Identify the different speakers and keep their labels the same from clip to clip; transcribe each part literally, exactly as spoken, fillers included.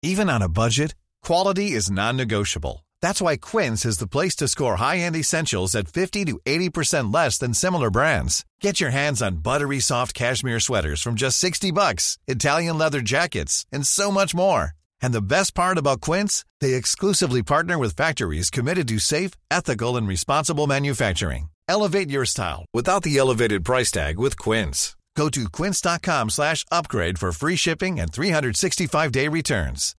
Speaker 1: Even on a budget, quality is non-negotiable. That's why Quince is the place to score high-end essentials at fifty to eighty percent less than similar brands. Get your hands on buttery soft cashmere sweaters from just sixty bucks, Italian leather jackets, and so much more. And the best part about Quince, they exclusively partner with factories committed to safe, ethical, and responsible manufacturing. Elevate your style without the elevated price tag with Quince. Go to quince.com slash upgrade for free shipping and three sixty-five day returns.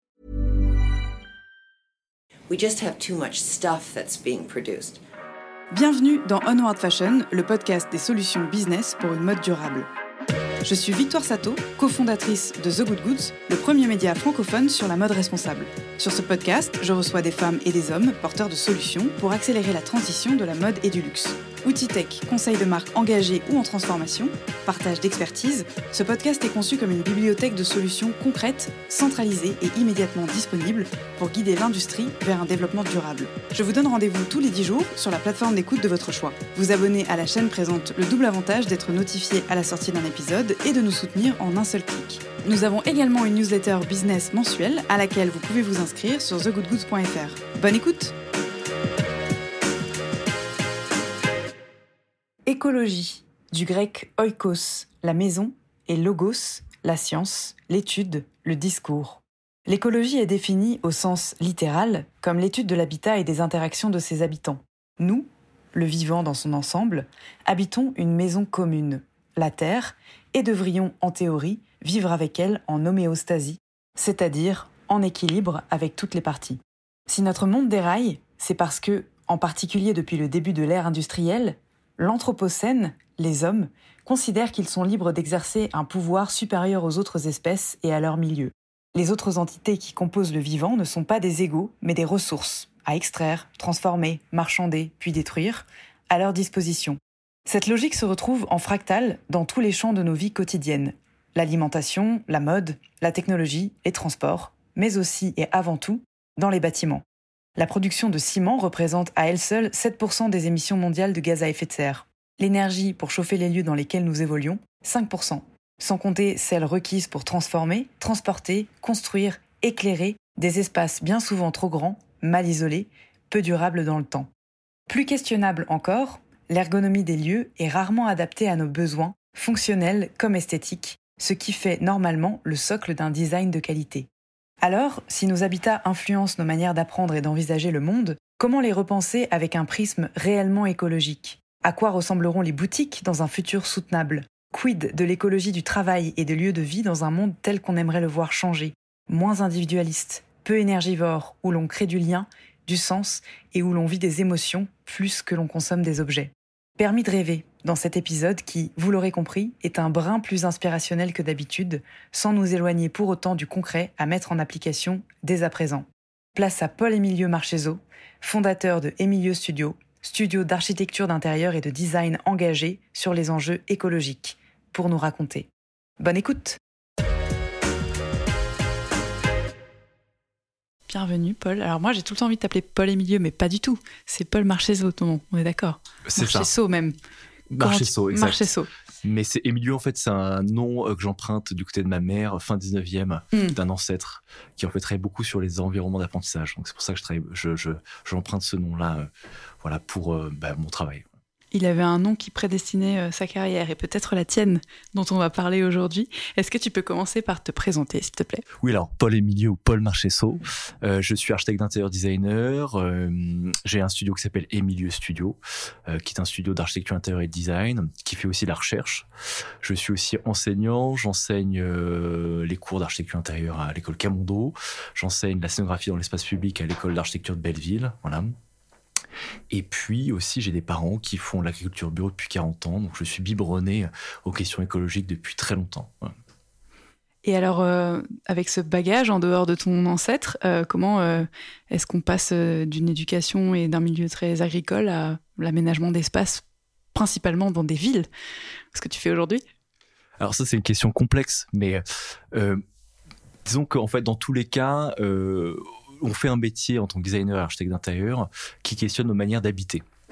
Speaker 2: We just have too much stuff that's being produced.
Speaker 3: Bienvenue dans Onward Fashion, le podcast des solutions business pour une mode durable. Je suis Victoire Sato, cofondatrice de The Good Goods, le premier média francophone sur la mode responsable. Sur ce podcast, je reçois des femmes et des hommes porteurs de solutions pour accélérer la transition de la mode et du luxe. Outils tech, conseils de marques engagées ou en transformation, partage d'expertise, ce podcast est conçu comme une bibliothèque de solutions concrètes, centralisées et immédiatement disponibles pour guider l'industrie vers un développement durable. Je vous donne rendez-vous tous les dix jours sur la plateforme d'écoute de votre choix. Vous abonner à la chaîne présente le double avantage d'être notifié à la sortie d'un épisode et de nous soutenir en un seul clic. Nous avons également une newsletter business mensuelle à laquelle vous pouvez vous inscrire sur the good goods point f r. Bonne écoute! Écologie, du grec oikos, la maison, et logos, la science, l'étude, le discours. L'écologie est définie au sens littéral comme l'étude de l'habitat et des interactions de ses habitants. Nous, le vivant dans son ensemble, habitons une maison commune, la Terre, et devrions, en théorie, vivre avec elle en homéostasie, c'est-à-dire en équilibre avec toutes les parties. Si notre monde déraille, c'est parce que, en particulier depuis le début de l'ère industrielle, l'anthropocène, les hommes, considèrent qu'ils sont libres d'exercer un pouvoir supérieur aux autres espèces et à leur milieu. Les autres entités qui composent le vivant ne sont pas des égaux, mais des ressources, à extraire, transformer, marchander, puis détruire, à leur disposition. Cette logique se retrouve en fractal dans tous les champs de nos vies quotidiennes. L'alimentation, la mode, la technologie, les transports, mais aussi et avant tout, dans les bâtiments. La production de ciment représente à elle seule sept pour cent des émissions mondiales de gaz à effet de serre. L'énergie pour chauffer les lieux dans lesquels nous évoluons, cinq pour cent. Sans compter celle requise pour transformer, transporter, construire, éclairer des espaces bien souvent trop grands, mal isolés, peu durables dans le temps. Plus questionnable encore, l'ergonomie des lieux est rarement adaptée à nos besoins, fonctionnels comme esthétiques, ce qui fait normalement le socle d'un design de qualité. Alors, si nos habitats influencent nos manières d'apprendre et d'envisager le monde, comment les repenser avec un prisme réellement écologique ? À quoi ressembleront les boutiques dans un futur soutenable ? Quid de l'écologie du travail et des lieux de vie dans un monde tel qu'on aimerait le voir changer ? Moins individualiste, peu énergivore, où l'on crée du lien, du sens et où l'on vit des émotions plus que l'on consomme des objets. Permis de rêver dans cet épisode qui, vous l'aurez compris, est un brin plus inspirationnel que d'habitude, sans nous éloigner pour autant du concret à mettre en application dès à présent. Place à Paul-Émilieu Marcheseau, fondateur de Émilieu Studio, studio d'architecture d'intérieur et de design engagé sur les enjeux écologiques, pour nous raconter. Bonne écoute! Bienvenue Paul. Alors moi j'ai tout le temps envie de t'appeler Paul-Émilieu, mais pas du tout. C'est Paul Marcheseau ton nom, on est d'accord?
Speaker 4: C'est ça.
Speaker 3: Marcheseau même.
Speaker 4: Marcheseau, exact.
Speaker 3: Marcheseau.
Speaker 4: Mais c'est Émilieu, en fait, c'est un nom que j'emprunte du côté de ma mère, fin dix-neuvième, mm. d'un ancêtre qui en fait travaille beaucoup sur les environnements d'apprentissage. Donc c'est pour ça que je travaille, je, je, j'emprunte ce nom-là, euh, voilà, pour euh, bah, mon travail.
Speaker 3: Il avait un nom qui prédestinait euh, sa carrière et peut-être la tienne, dont on va parler aujourd'hui. Est-ce que tu peux commencer par te présenter, s'il te plaît ?
Speaker 4: Oui, alors Paul-Émilieu ou Paul Marcheseau. Euh, je suis architecte d'intérieur designer. Euh, j'ai un studio qui s'appelle Émilieu Studio, euh, qui est un studio d'architecture intérieure et de design, qui fait aussi de la recherche. Je suis aussi enseignant. J'enseigne euh, les cours d'architecture intérieure à l'école Camondo. J'enseigne la scénographie dans l'espace public à l'école d'architecture de Belleville. Voilà. Et puis aussi, j'ai des parents qui font de l'agriculture bio depuis quarante ans, donc je suis biberonné aux questions écologiques depuis très longtemps. Voilà.
Speaker 3: Et alors, euh, avec ce bagage en dehors de ton ancêtre, euh, comment euh, est-ce qu'on passe euh, d'une éducation et d'un milieu très agricole à l'aménagement d'espace, principalement dans des villes ? Ce que tu fais aujourd'hui ?
Speaker 4: Alors ça, c'est une question complexe, mais euh, disons qu'en fait, dans tous les cas... Euh, on fait un métier en tant que designer et architecte d'intérieur qui questionne nos manières d'habiter.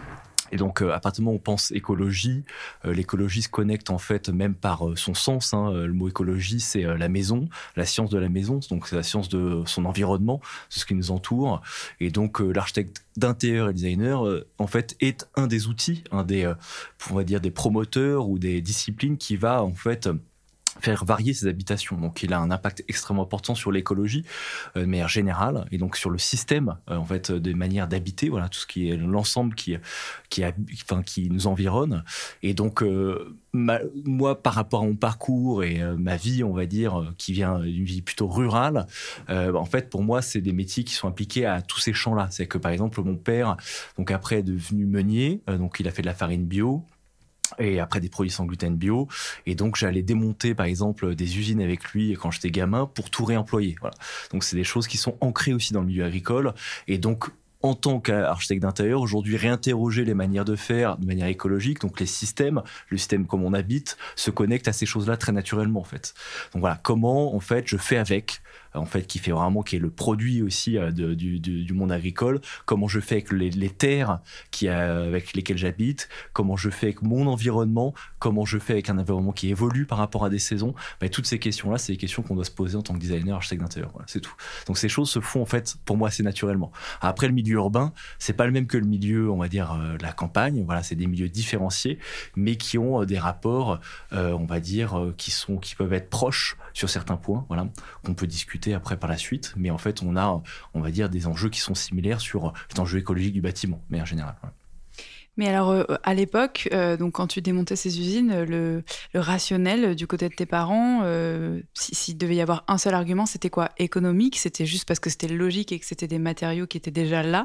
Speaker 4: Et donc, euh, à partir du moment où on pense écologie, euh, l'écologie se connecte en fait même par euh, son sens. Hein. Le mot écologie, c'est euh, la maison, la science de la maison. Donc, c'est la science de son environnement, de ce qui nous entoure. Et donc, euh, l'architecte d'intérieur et le designer, euh, en fait, est un des outils, un des, euh, on va dire, des promoteurs ou des disciplines qui va en fait faire varier ses habitations. Donc, il a un impact extrêmement important sur l'écologie euh, de manière générale et donc sur le système euh, en fait des manières d'habiter. Voilà, tout ce qui est l'ensemble qui qui, a, enfin, qui nous environne. Et donc, euh, ma, moi, par rapport à mon parcours et euh, ma vie, on va dire, euh, qui vient d'une vie plutôt rurale, euh, en fait, pour moi, c'est des métiers qui sont impliqués à tous ces champs-là. C'est que, par exemple, mon père, donc après, est devenu meunier. Euh, donc, il a fait de la farine bio. Et après des produits sans gluten bio, et donc j'allais démonter par exemple des usines avec lui quand j'étais gamin pour tout réemployer. Voilà. Donc c'est des choses qui sont ancrées aussi dans le milieu agricole, et donc en tant qu'architecte d'intérieur, aujourd'hui, réinterroger les manières de faire de manière écologique, donc les systèmes, le système comme on habite, se connecte à ces choses-là très naturellement, en fait. Donc voilà, comment, en fait, je fais avec, en fait, qui fait vraiment, qui est le produit aussi de, du, du, du monde agricole, comment je fais avec les, les terres qui, avec lesquelles j'habite, comment je fais avec mon environnement, comment je fais avec un environnement qui évolue par rapport à des saisons. Ben, toutes ces questions-là, c'est des questions qu'on doit se poser en tant que designer, architecte d'intérieur. Voilà, c'est tout. Donc ces choses se font, en fait, pour moi, assez naturellement. Après, le milieu urbain, c'est pas le même que le milieu, on va dire, euh, la campagne. Voilà, c'est des milieux différenciés, mais qui ont euh, des rapports, euh, on va dire, euh, qui sont, qui peuvent être proches sur certains points. Voilà, qu'on peut discuter après par la suite. Mais en fait, on a, on va dire, des enjeux qui sont similaires sur les enjeux écologiques du bâtiment, mais en général. Voilà.
Speaker 3: Mais alors, euh, à l'époque, euh, donc quand tu démontais ces usines, le, le rationnel du côté de tes parents, euh, si- s'il devait y avoir un seul argument, c'était quoi? Économique? C'était juste parce que c'était logique et que c'était des matériaux qui étaient déjà là?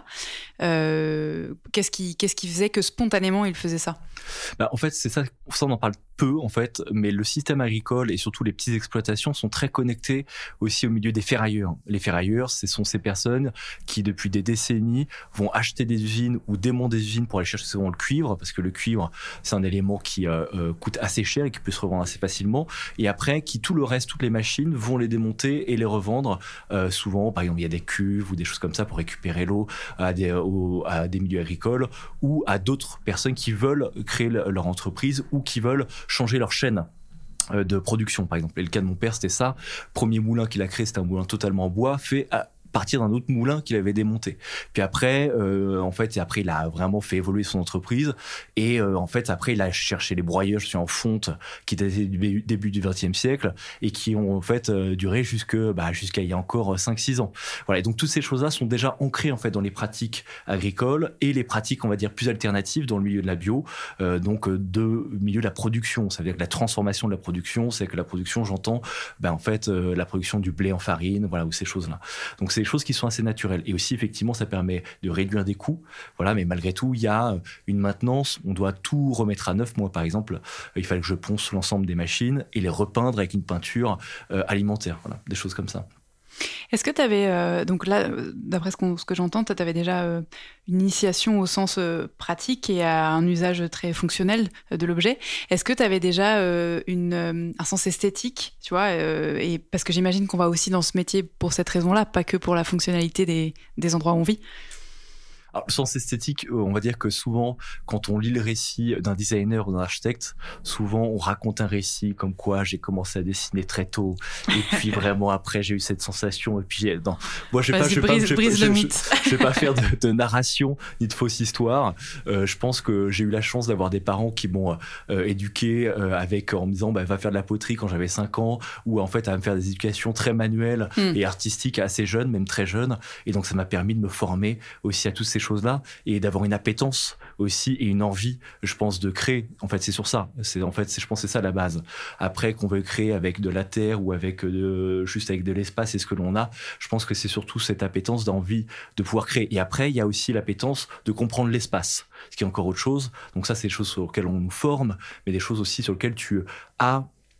Speaker 3: Euh, qu'est-ce qui, qu'est-ce qui faisait que spontanément ils faisaient ça?
Speaker 4: Bah, en fait, c'est ça, ça on en parle peu en fait, mais le système agricole et surtout les petites exploitations sont très connectés aussi au milieu des ferrailleurs. Les ferrailleurs, ce sont ces personnes qui depuis des décennies vont acheter des usines ou démonter des usines pour aller chercher souvent le cuivre, parce que le cuivre c'est un élément qui euh, euh, coûte assez cher et qui peut se revendre assez facilement, et après qui tout le reste, toutes les machines vont les démonter et les revendre. Euh, souvent, par exemple, il y a des cuves ou des choses comme ça pour récupérer l'eau à des, au, à des milieux agricoles ou à d'autres personnes qui veulent créer leur entreprise ou qui veulent changer leur chaîne de production, par exemple. Et le cas de mon père, c'était ça. Premier moulin qu'il a créé, c'était un moulin totalement en bois, fait à partir d'un autre moulin qu'il avait démonté. Puis après, euh, en fait, après, il a vraiment fait évoluer son entreprise. Et euh, en fait, après, il a cherché les broyeurs en fonte qui dataient du début du vingtième siècle et qui ont en fait euh, duré jusque, bah, jusqu'à il y a encore cinq six ans. Voilà. Et donc, toutes ces choses-là sont déjà ancrées en fait dans les pratiques agricoles et les pratiques, on va dire, plus alternatives dans le milieu de la bio, euh, donc de milieu de la production. Ça veut dire que la transformation de la production, c'est que la production, j'entends, bah, en fait, euh, la production du blé en farine, voilà, ou ces choses-là. Donc, c'est des choses qui sont assez naturelles. Et aussi, effectivement, ça permet de réduire des coûts. Voilà, mais malgré tout, il y a une maintenance. On doit tout remettre à neuf. Moi, par exemple, il fallait que je ponce l'ensemble des machines et les repeindre avec une peinture euh, alimentaire. Voilà, des choses comme ça.
Speaker 3: Est-ce que tu avais, euh, donc là, d'après ce, qu'on, ce que j'entends, tu avais déjà euh, une initiation au sens euh, pratique et à un usage très fonctionnel euh, de l'objet. Est-ce que tu avais déjà euh, une, euh, un sens esthétique, tu vois, euh, et parce que j'imagine qu'on va aussi dans ce métier pour cette raison-là, pas que pour la fonctionnalité des, des endroits où on vit.
Speaker 4: Alors, le sens esthétique, on va dire que souvent, quand on lit le récit d'un designer ou d'un architecte, souvent on raconte un récit comme quoi j'ai commencé à dessiner très tôt, et puis vraiment après j'ai eu cette sensation, et puis non, moi je vais pas, je vais
Speaker 3: brise,
Speaker 4: pas,
Speaker 3: brise
Speaker 4: je,
Speaker 3: le
Speaker 4: je,
Speaker 3: mythe.
Speaker 4: Je, je vais pas faire de, de narration ni de fausse histoire. Euh, je pense que j'ai eu la chance d'avoir des parents qui m'ont euh, éduqué euh, avec en me disant bah va faire de la poterie quand j'avais cinq ans, ou en fait à me faire des éducations très manuelles mm. et artistiques assez jeunes, même très jeunes, et donc ça m'a permis de me former aussi à toutes ces choses-là et d'avoir une appétence aussi et une envie, je pense, de créer. En fait, c'est sur ça. C'est en fait, c'est, je pense, que c'est ça la base. Après, qu'on veut créer avec de la terre ou avec de, juste avec de l'espace et ce que l'on a, je pense que c'est surtout cette appétence d'envie de pouvoir créer. Et après, il y a aussi l'appétence de comprendre l'espace, ce qui est encore autre chose. Donc ça, c'est des choses sur lesquelles on nous forme, mais des choses aussi sur lesquelles tu as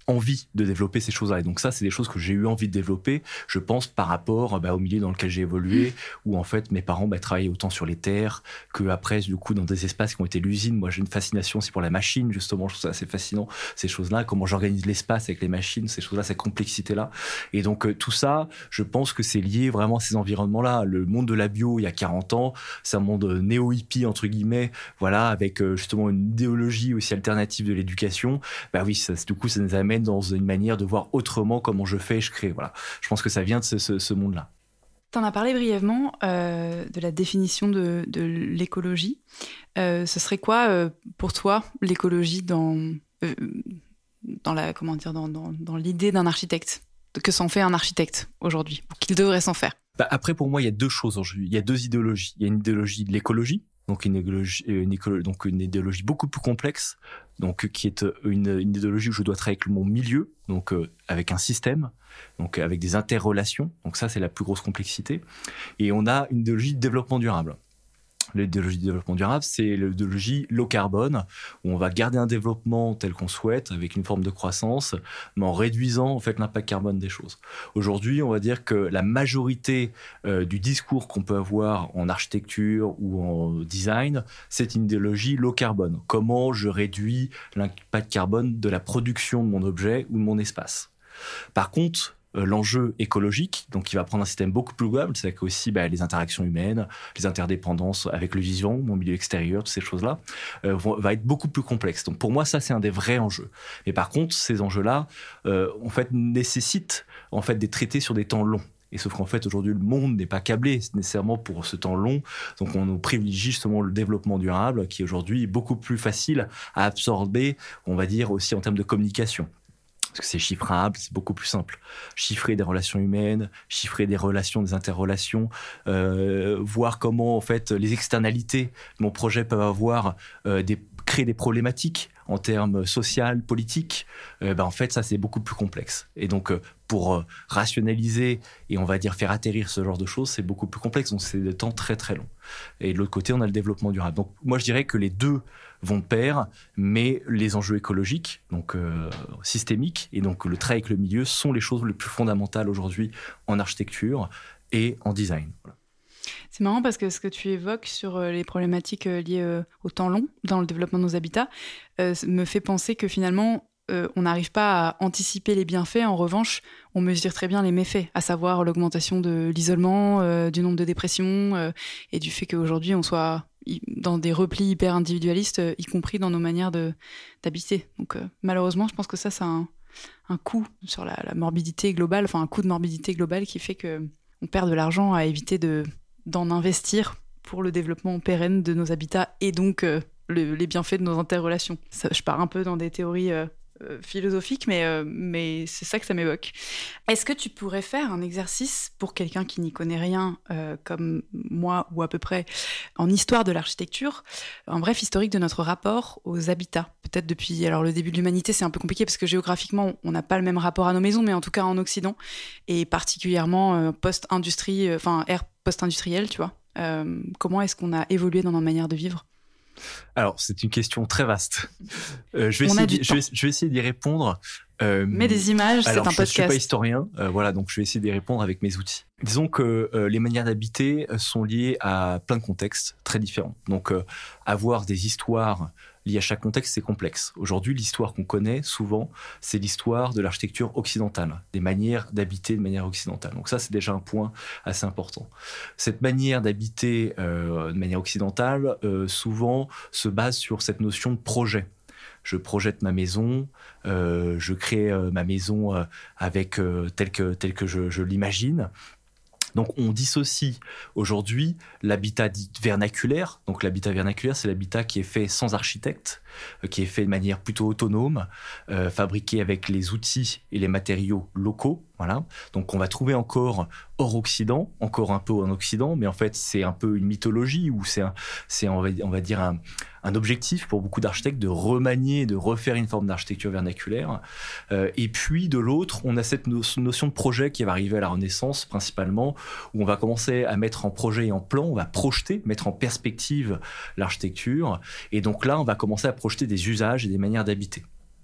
Speaker 4: envie de développer ces choses-là. Et donc ça, c'est des choses que j'ai eu envie de développer, je pense, par rapport bah, au milieu dans lequel j'ai évolué, où en fait mes parents bah, travaillaient autant sur les terres que après, du coup, dans des espaces qui ont été l'usine. Moi, j'ai une fascination aussi pour la machine, justement. Je trouve ça assez fascinant, ces choses-là, comment j'organise l'espace avec les machines, ces choses-là, cette complexité-là. Et donc euh, tout ça, je pense que c'est lié vraiment à ces environnements-là. Le monde de la bio, il y a quarante ans, c'est un monde néo-hippie, entre guillemets, voilà, avec euh, justement une idéologie aussi alternative de l'éducation. Bah oui, ça, du coup, ça nous amène dans une manière de voir autrement comment je fais et je crée. Voilà. Je pense que ça vient de ce, ce, ce monde-là.
Speaker 3: Tu en as parlé brièvement euh, de la définition de, de l'écologie. Euh, ce serait quoi euh, pour toi l'écologie dans, euh, dans, la, comment dire, dans, dans, dans l'idée d'un architecte? Que s'en fait un architecte aujourd'hui, ou qu'il devrait s'en faire?
Speaker 4: Bah après, pour moi, il y a deux choses aujourd'hui. Il y a deux idéologies. Il y a une idéologie de l'écologie, donc une idéologie, une écolo- donc une idéologie beaucoup plus complexe, donc qui est une, une idéologie où je dois travailler avec mon milieu, donc euh, avec un système, donc avec des interrelations. Donc ça, c'est la plus grosse complexité. Et on a une idéologie de développement durable. L'idéologie de développement durable, c'est l'idéologie low carbone, où on va garder un développement tel qu'on souhaite, avec une forme de croissance, mais en réduisant en fait l'impact carbone des choses. Aujourd'hui, on va dire que la majorité euh, du discours qu'on peut avoir en architecture ou en design, c'est une idéologie low carbone. Comment je réduis l'impact carbone de la production de mon objet ou de mon espace. Par contre, l'enjeu écologique, donc qui va prendre un système beaucoup plus global, c'est aussi bah, les interactions humaines, les interdépendances avec le vivant, mon milieu extérieur, toutes ces choses-là, euh, vont, va être beaucoup plus complexe. Donc pour moi, ça, c'est un des vrais enjeux. Mais par contre, ces enjeux-là, euh, en fait, nécessitent en fait, des traités sur des temps longs. Et sauf qu'en fait, aujourd'hui, le monde n'est pas câblé nécessairement pour ce temps long. Donc, on privilégie justement le développement durable, qui aujourd'hui est beaucoup plus facile à absorber, on va dire, aussi en termes de communication. Parce que c'est chiffrable, c'est beaucoup plus simple. Chiffrer des relations humaines, chiffrer des relations, des interrelations, euh, voir comment en fait les externalités de mon projet peuvent avoir, euh, des, créer des problématiques en termes social, politiques. Euh, ben en fait, ça c'est beaucoup plus complexe. Et donc, euh, pour euh, rationaliser et on va dire faire atterrir ce genre de choses, c'est beaucoup plus complexe. Donc, c'est des temps très très longs. Et de l'autre côté, on a le développement durable. Donc, moi, je dirais que les deux vont de pair, mais les enjeux écologiques, donc euh, systémiques, et donc le travail avec le milieu sont les choses les plus fondamentales aujourd'hui en architecture et en design. Voilà.
Speaker 3: C'est marrant parce que ce que tu évoques sur les problématiques liées au temps long dans le développement de nos habitats euh, me fait penser que finalement, euh, on n'arrive pas à anticiper les bienfaits. En revanche, on mesure très bien les méfaits, à savoir l'augmentation de l'isolement, euh, du nombre de dépressions euh, et du fait qu'aujourd'hui, on soit dans des replis hyper individualistes, y compris dans nos manières de, d'habiter. Donc euh, malheureusement, je pense que ça, ça a un, un coût sur la, la morbidité globale, enfin un coût de morbidité globale qui fait qu'on perd de l'argent à éviter de, d'en investir pour le développement pérenne de nos habitats et donc euh, le, les bienfaits de nos interrelations. Ça, je pars un peu dans des théories euh, euh, philosophiques, mais, euh, mais c'est ça que ça m'évoque. Est-ce que tu pourrais faire un exercice pour quelqu'un qui n'y connaît rien, euh, comme moi ou à peu près, en histoire de l'architecture, un bref historique de notre rapport aux habitats? Peut-être depuis alors, le début de l'humanité, c'est un peu compliqué parce que géographiquement, on n'a pas le même rapport à nos maisons, mais en tout cas en Occident, et particulièrement euh, post-industrie, enfin euh, ère post-industrielle, tu vois. Euh, comment est-ce qu'on a évolué dans nos manières de vivre?
Speaker 4: Alors, c'est une question très vaste. Euh, je, vais essayer de, je, vais, je vais essayer d'y répondre. Euh,
Speaker 3: Mets des images,
Speaker 4: alors,
Speaker 3: c'est un
Speaker 4: je
Speaker 3: podcast.
Speaker 4: Je ne suis pas historien, euh, voilà, donc je vais essayer d'y répondre avec mes outils. Disons que euh, les manières d'habiter sont liées à plein de contextes très différents. Donc, euh, avoir des histoires liées à chaque contexte, c'est complexe. Aujourd'hui, l'histoire qu'on connaît souvent, c'est l'histoire de l'architecture occidentale, des manières d'habiter de manière occidentale. Donc ça, c'est déjà un point assez important. Cette manière d'habiter euh, de manière occidentale, euh, souvent, se base sur cette notion de projet. Je projette ma maison, euh, je crée euh, ma maison euh, avec euh, tel que, tel que je, je l'imagine. Donc, on dissocie aujourd'hui l'habitat dit vernaculaire. Donc, l'habitat vernaculaire, c'est l'habitat qui est fait sans architecte, euh, qui est fait de manière plutôt autonome, euh, fabriqué avec les outils et les matériaux locaux. Voilà. Donc, on va trouver encore hors Occident, encore un peu en Occident, mais en fait, c'est un peu une mythologie ou c'est, un, c'est on, va, on va dire, un, un objectif pour beaucoup d'architectes de remanier, de refaire une forme d'architecture vernaculaire. Euh, et puis, de l'autre, on a cette no- notion de projet qui va arriver à la Renaissance, principalement, où on va commencer à mettre en projet et en plan, on va projeter, mettre en perspective l'architecture. Et donc là, on va commencer à projeter des usages et des manières d'habiter.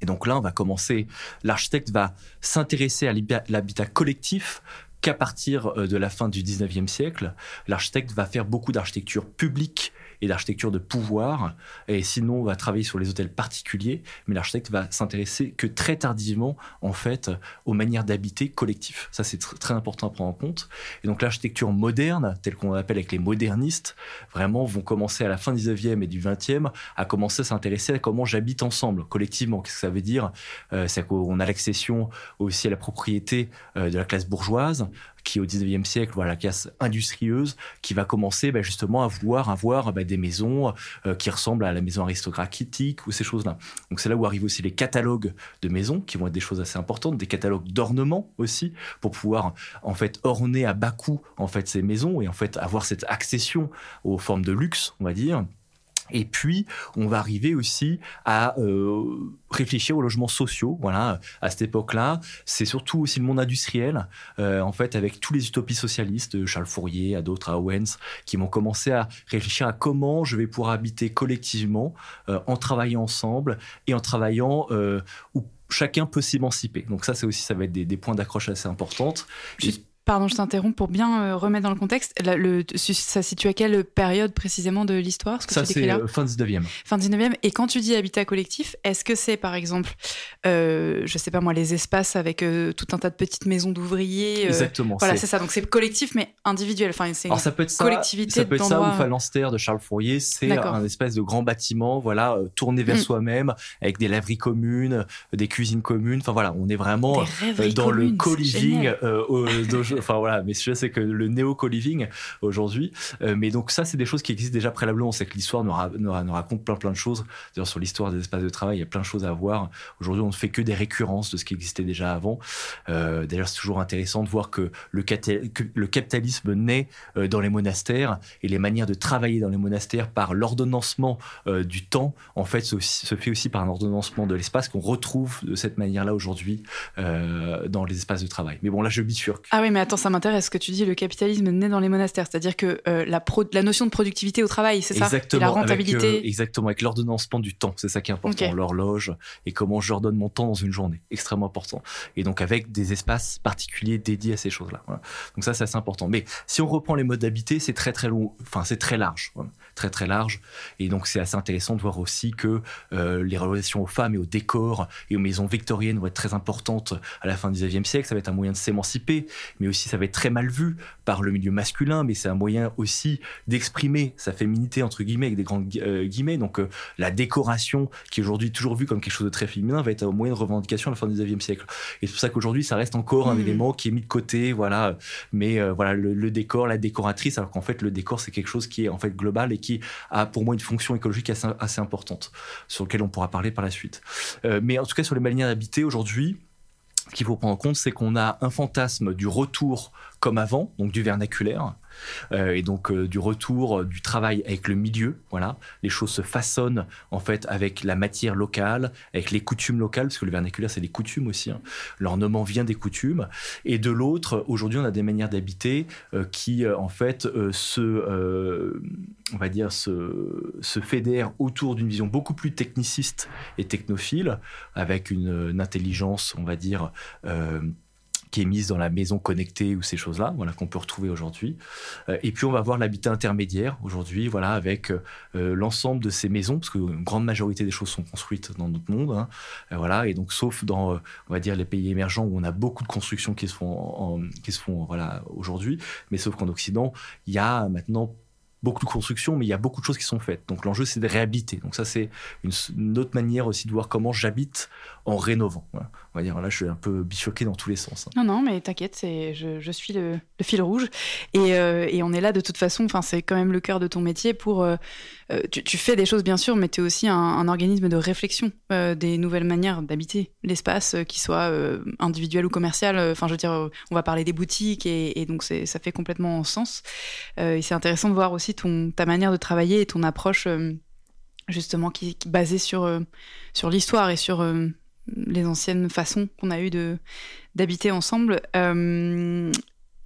Speaker 4: Et donc là, on va commencer, l'architecte va s'intéresser à l'habitat collectif qu'à partir de la fin du dix-neuvième siècle. L'architecte va faire beaucoup d'architecture publique et d'architecture de pouvoir, et sinon on va travailler sur les hôtels particuliers, mais l'architecte va s'intéresser que très tardivement en fait aux manières d'habiter collectif. Ça c'est tr- très important à prendre en compte. Et donc l'architecture moderne, telle qu'on l'appelle avec les modernistes, vraiment vont commencer à la fin du dix-neuvième et du vingtième à commencer à s'intéresser à comment j'habite ensemble, collectivement. Qu'est-ce que ça veut dire ? euh, C'est qu'on a l'accession aussi à la propriété euh, de la classe bourgeoise, qui au dix-neuvième siècle, voilà, la classe industrieuse, qui va commencer bah, justement à vouloir avoir bah, des maisons euh, qui ressemblent à la maison aristocratique ou ces choses-là. Donc c'est là où arrivent aussi les catalogues de maisons, qui vont être des choses assez importantes, des catalogues d'ornement aussi, pour pouvoir en fait orner à bas coût en fait ces maisons et en fait avoir cette accession aux formes de luxe, on va dire. Et puis, on va arriver aussi à euh, réfléchir aux logements sociaux. Voilà, à cette époque-là, c'est surtout aussi le monde industriel, euh, en fait, avec tous les utopies socialistes, de Charles Fourier à d'autres, à Owens, qui vont commencer à réfléchir à comment je vais pouvoir habiter collectivement, euh, en travaillant ensemble et en travaillant euh, où chacun peut s'émanciper. Donc ça, c'est aussi, ça va être des, des points d'accroche assez importantes.
Speaker 3: Juste Pardon, je t'interromps pour bien euh, remettre dans le contexte. La, le, ça se situe à quelle période précisément de l'histoire, ce que
Speaker 4: ça,
Speaker 3: tu décris là ?
Speaker 4: C'est fin dix-neuvième.
Speaker 3: Fin dix-neuvième. Et quand tu dis habitat collectif, est-ce que c'est par exemple, euh, je sais pas moi, les espaces avec euh, tout un tas de petites maisons d'ouvriers euh,
Speaker 4: Exactement.
Speaker 3: Voilà,
Speaker 4: c'est...
Speaker 3: c'est ça. Donc c'est collectif mais individuel. Enfin, c'est une
Speaker 4: Alors ça peut être ça,
Speaker 3: collectivité
Speaker 4: ça peut être
Speaker 3: d'endroits...
Speaker 4: ça ou Phalanstère de Charles Fourier, c'est D'accord. un espèce de grand bâtiment, voilà, euh, tourné vers mmh. soi-même, avec des laveries communes, des cuisines communes. Enfin voilà, on est vraiment euh, dans communes, le co-living. Euh, euh, enfin voilà, mais c'est que le néo-co-living aujourd'hui. Euh, mais donc ça, c'est des choses qui existent déjà préalablement. C'est que l'histoire nous, ra- nous, ra- nous raconte plein plein de choses. D'ailleurs, sur l'histoire des espaces de travail, il y a plein de choses à voir. Aujourd'hui, on ne fait que des récurrences de ce qui existait déjà avant. Euh, d'ailleurs, c'est toujours intéressant de voir que le, cat- que le capitalisme naît euh, dans les monastères et les manières de travailler dans les monastères par l'ordonnancement euh, du temps, en fait, se, se fait aussi par un ordonnancement de l'espace qu'on retrouve de cette manière-là aujourd'hui euh, dans les espaces de travail. Mais bon, là, je bifurque.
Speaker 3: Ah oui, mais attends, ça m'intéresse que tu dis, le capitalisme naît dans les monastères, c'est-à-dire que euh, la, pro- la notion de productivité au travail, c'est
Speaker 4: exactement,
Speaker 3: ça ? Et la rentabilité.
Speaker 4: Avec, euh, exactement, avec l'ordonnancement du temps, c'est ça qui est important, okay. L'horloge et comment je redonne mon temps dans une journée, extrêmement important. Et donc avec des espaces particuliers dédiés à ces choses-là. Voilà. Donc ça, c'est assez important. Mais si on reprend les modes d'habiter, c'est très très long, enfin c'est très large, voilà. très très large. Et donc c'est assez intéressant de voir aussi que euh, les relations aux femmes et au décor et aux maisons victoriennes vont être très importantes à la fin du dix-neuvième siècle. Ça va être un moyen de s'émanciper, mais aussi ça va être très mal vu par le milieu masculin, mais c'est un moyen aussi d'exprimer sa féminité, entre guillemets, avec des grands euh, guillemets. Donc euh, la décoration, qui est aujourd'hui toujours vue comme quelque chose de très féminin, va être un moyen de revendication à la fin du dix-neuvième siècle. Et c'est pour ça qu'aujourd'hui, ça reste encore mmh. un élément qui est mis de côté, voilà. Mais euh, voilà, le, le décor, la décoratrice, alors qu'en fait, le décor, c'est quelque chose qui est en fait global et qui a pour moi une fonction écologique assez, assez importante, sur laquelle on pourra parler par la suite. Euh, mais en tout cas, sur les manières d'habiter aujourd'hui, ce qu'il faut prendre en compte, c'est qu'on a un fantasme du retour comme avant, donc du vernaculaire, euh, et donc euh, du retour euh, du travail avec le milieu. Voilà, les choses se façonnent en fait avec la matière locale, avec les coutumes locales, parce que le vernaculaire c'est des coutumes aussi. Hein. L'ornement vient des coutumes. Et de l'autre, aujourd'hui, on a des manières d'habiter euh, qui euh, en fait euh, se, euh, on va dire, se, se fédèrent autour d'une vision beaucoup plus techniciste et technophile, avec une, une intelligence, on va dire. Euh, qui est mise dans la maison connectée ou ces choses-là, voilà, qu'on peut retrouver aujourd'hui. Euh, et puis on va voir l'habitat intermédiaire aujourd'hui, voilà, avec euh, l'ensemble de ces maisons, parce qu'une grande majorité des choses sont construites dans notre monde, hein, euh, voilà, et donc sauf dans, euh, on va dire, les pays émergents où on a beaucoup de constructions qui se font, en, en, qui se font, voilà, aujourd'hui, mais sauf qu'en Occident, il y a maintenant beaucoup de constructions, mais il y a beaucoup de choses qui sont faites. Donc l'enjeu, c'est de réhabiliter. Donc ça, c'est une, une autre manière aussi de voir comment j'habite en rénovant. Voilà. On va dire, là, je suis un peu bifurqué dans tous les sens. Hein.
Speaker 3: Non, non, mais t'inquiète, c'est, je, je suis le, le fil rouge. Et, euh, et on est là de toute façon, enfin, c'est quand même le cœur de ton métier pour... Euh, tu, tu fais des choses, bien sûr, mais tu es aussi un, un organisme de réflexion euh, des nouvelles manières d'habiter l'espace, euh, qui soit euh, individuel ou commercial. Enfin, je veux dire, on va parler des boutiques, et, et donc c'est, ça fait complètement sens. Euh, et c'est intéressant de voir aussi ton, ta manière de travailler et ton approche, euh, justement, qui, qui est basée sur, euh, sur l'histoire et sur... Euh, les anciennes façons qu'on a eues de, d'habiter ensemble. Euh,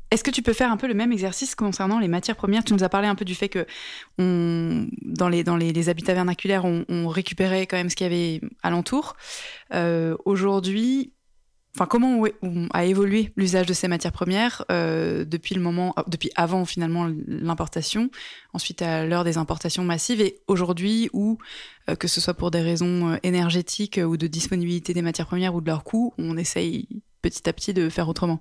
Speaker 3: Est-ce que tu peux faire un peu le même exercice concernant les matières premières ? Tu nous as parlé un peu du fait que on, dans, les, dans les, les habitats vernaculaires, on, on récupérait quand même ce qu'il y avait alentour. Euh, aujourd'hui, enfin, comment on a évolué l'usage de ces matières premières euh, depuis le moment, depuis avant finalement l'importation, ensuite à l'heure des importations massives, et aujourd'hui où, euh, que ce soit pour des raisons énergétiques ou de disponibilité des matières premières ou de leur coût, on essaye petit à petit de faire autrement.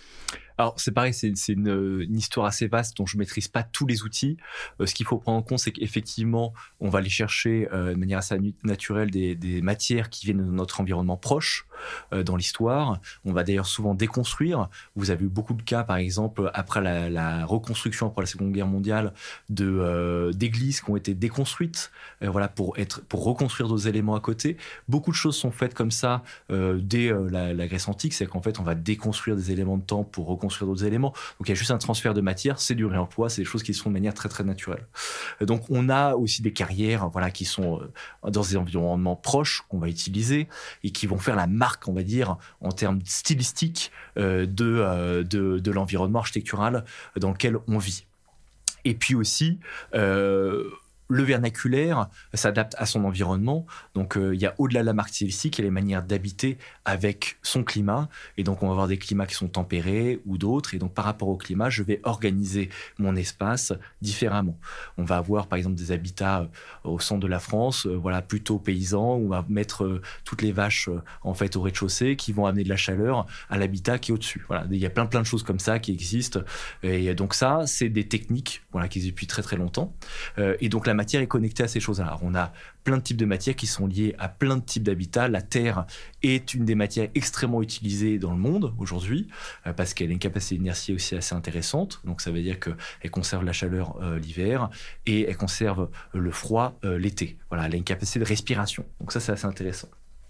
Speaker 4: Alors c'est pareil, c'est, c'est une, une histoire assez vaste dont je maîtrise pas tous les outils. Euh, ce qu'il faut prendre en compte, c'est qu'effectivement, on va aller chercher euh, de manière assez naturelle des, des matières qui viennent de notre environnement proche euh, dans l'histoire. On va d'ailleurs souvent déconstruire. Vous avez eu beaucoup de cas, par exemple, après la, la reconstruction après la Seconde Guerre mondiale, de euh, d'églises qui ont été déconstruites, euh, voilà, pour être pour reconstruire d'autres éléments à côté. Beaucoup de choses sont faites comme ça euh, dès euh, la, la Grèce antique, c'est qu'en fait, on va déconstruire des éléments de temps pour reconstruire d'autres éléments. Donc il y a juste un transfert de matière, c'est du réemploi, c'est des choses qui se font de manière très très naturelle. Donc on a aussi des carrières, voilà, qui sont dans des environnements proches qu'on va utiliser et qui vont faire la marque, on va dire, en termes stylistiques euh, de, euh, de de l'environnement architectural dans lequel on vit. Et puis aussi euh, le vernaculaire s'adapte à son environnement. Donc, euh, il y a au-delà de la marque stylistique, il y a les manières d'habiter avec son climat. Et donc, on va avoir des climats qui sont tempérés ou d'autres. Et donc, par rapport au climat, je vais organiser mon espace différemment. On va avoir, par exemple, des habitats euh, au centre de la France, euh, voilà, plutôt paysans, où on va mettre euh, toutes les vaches euh, en fait au rez-de-chaussée, qui vont amener de la chaleur à l'habitat qui est au-dessus. Voilà, il y a plein plein de choses comme ça qui existent. Et donc ça, c'est des techniques, voilà, qui existent depuis très très longtemps. Euh, et donc la matière est connectée à ces choses-là. Alors, on a plein de types de matières qui sont liées à plein de types d'habitats. La terre est une des matières extrêmement utilisées dans le monde aujourd'hui euh, parce qu'elle a une capacité d'inertie aussi assez intéressante. Donc, ça veut dire qu'elle conserve la chaleur euh, l'hiver et elle conserve le froid euh, l'été. Voilà, elle a une capacité de respiration. Donc ça, c'est assez intéressant.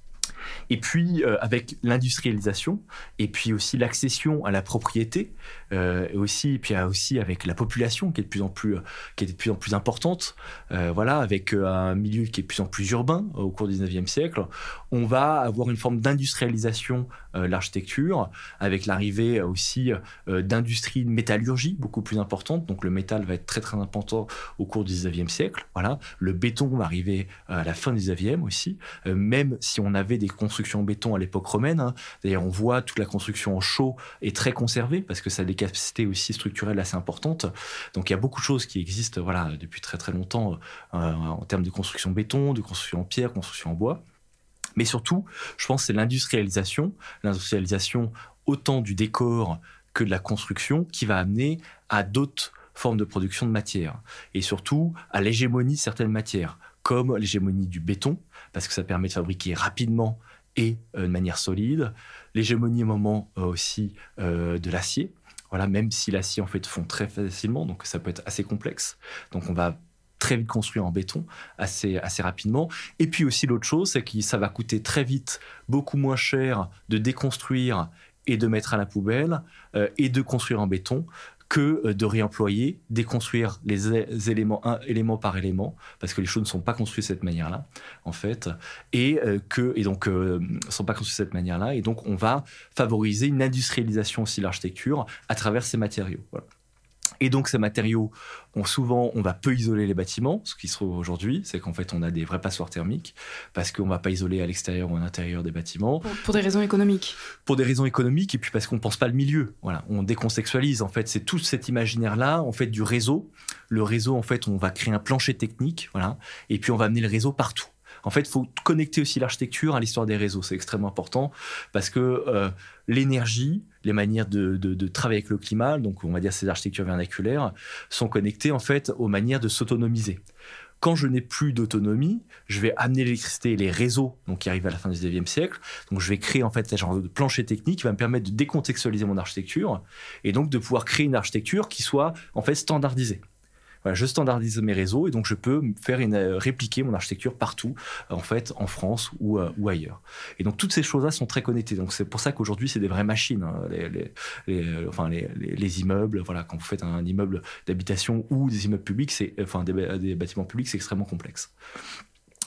Speaker 4: Et puis, euh, avec l'industrialisation, et puis aussi l'accession à la propriété, euh, et aussi, et puis aussi avec la population qui est de plus en plus, qui est de plus en plus importante, euh, voilà, avec euh, un milieu qui est de plus en plus urbain euh, au cours du dix-neuvième siècle, on va avoir une forme d'industrialisation euh, de l'architecture, avec l'arrivée aussi euh, d'industries de métallurgie beaucoup plus importante. Donc, le métal va être très très important au cours du dix-neuvième siècle. Voilà, le béton va arriver à la fin du dix-neuvième aussi, euh, même si on avait des construction en béton à l'époque romaine. Hein. D'ailleurs, on voit toute la construction en chaux est très conservée parce que ça a des capacités aussi structurelles assez importantes. Donc, il y a beaucoup de choses qui existent, voilà, depuis très très longtemps euh, en termes de construction béton, de construction en pierre, construction en bois. Mais surtout, je pense que c'est l'industrialisation, l'industrialisation autant du décor que de la construction qui va amener à d'autres formes de production de matière et surtout à l'hégémonie de certaines matières, comme l'hégémonie du béton, parce que ça permet de fabriquer rapidement et euh, de manière solide. L'hégémonie au moment euh, aussi euh, de l'acier, voilà, même si l'acier en fait fond très facilement, donc ça peut être assez complexe. Donc on va très vite construire en béton, assez, assez rapidement. Et puis aussi l'autre chose, c'est que ça va coûter très vite beaucoup moins cher de déconstruire et de mettre à la poubelle euh, et de construire en béton que de réemployer, déconstruire les éléments un élément par élément, parce que les choses ne sont pas construites de cette manière-là, en fait, et euh, que et donc euh, sont pas construites de cette manière-là, et donc on va favoriser une industrialisation aussi de l'architecture à travers ces matériaux. Voilà. Et donc ces matériaux, on, souvent, on va peu isoler les bâtiments. Ce qui se trouve aujourd'hui, c'est qu'en fait, on a des vraies passoires thermiques parce qu'on ne va pas isoler à l'extérieur ou à l'intérieur des bâtiments.
Speaker 3: Pour, pour des raisons économiques.
Speaker 4: Pour des raisons économiques et puis parce qu'on ne pense pas le milieu. Voilà, on décontextualise. En fait, c'est tout cet imaginaire-là, en fait, du réseau. Le réseau, en fait, on va créer un plancher technique, voilà, et puis on va amener le réseau partout. En fait, il faut connecter aussi l'architecture à l'histoire des réseaux. C'est extrêmement important parce que euh, l'énergie, les manières de, de, de travailler avec le climat, donc on va dire ces architectures vernaculaires, sont connectées en fait aux manières de s'autonomiser. Quand je n'ai plus d'autonomie, je vais amener l'électricité et les réseaux, donc qui arrivent à la fin du dix-neuvième siècle. Donc je vais créer en fait ce genre de plancher technique qui va me permettre de décontextualiser mon architecture et donc de pouvoir créer une architecture qui soit en fait standardisée. Voilà, je standardise mes réseaux et donc je peux faire une, euh, répliquer mon architecture partout, euh, en fait, en France ou, euh, ou ailleurs. Et donc toutes ces choses-là sont très connectées. Donc c'est pour ça qu'aujourd'hui c'est des vraies machines, hein, les, les, les, euh, enfin les, les, les immeubles. Voilà, quand vous faites un, un immeuble d'habitation ou des immeubles publics, c'est, enfin des, des bâtiments publics, c'est extrêmement complexe.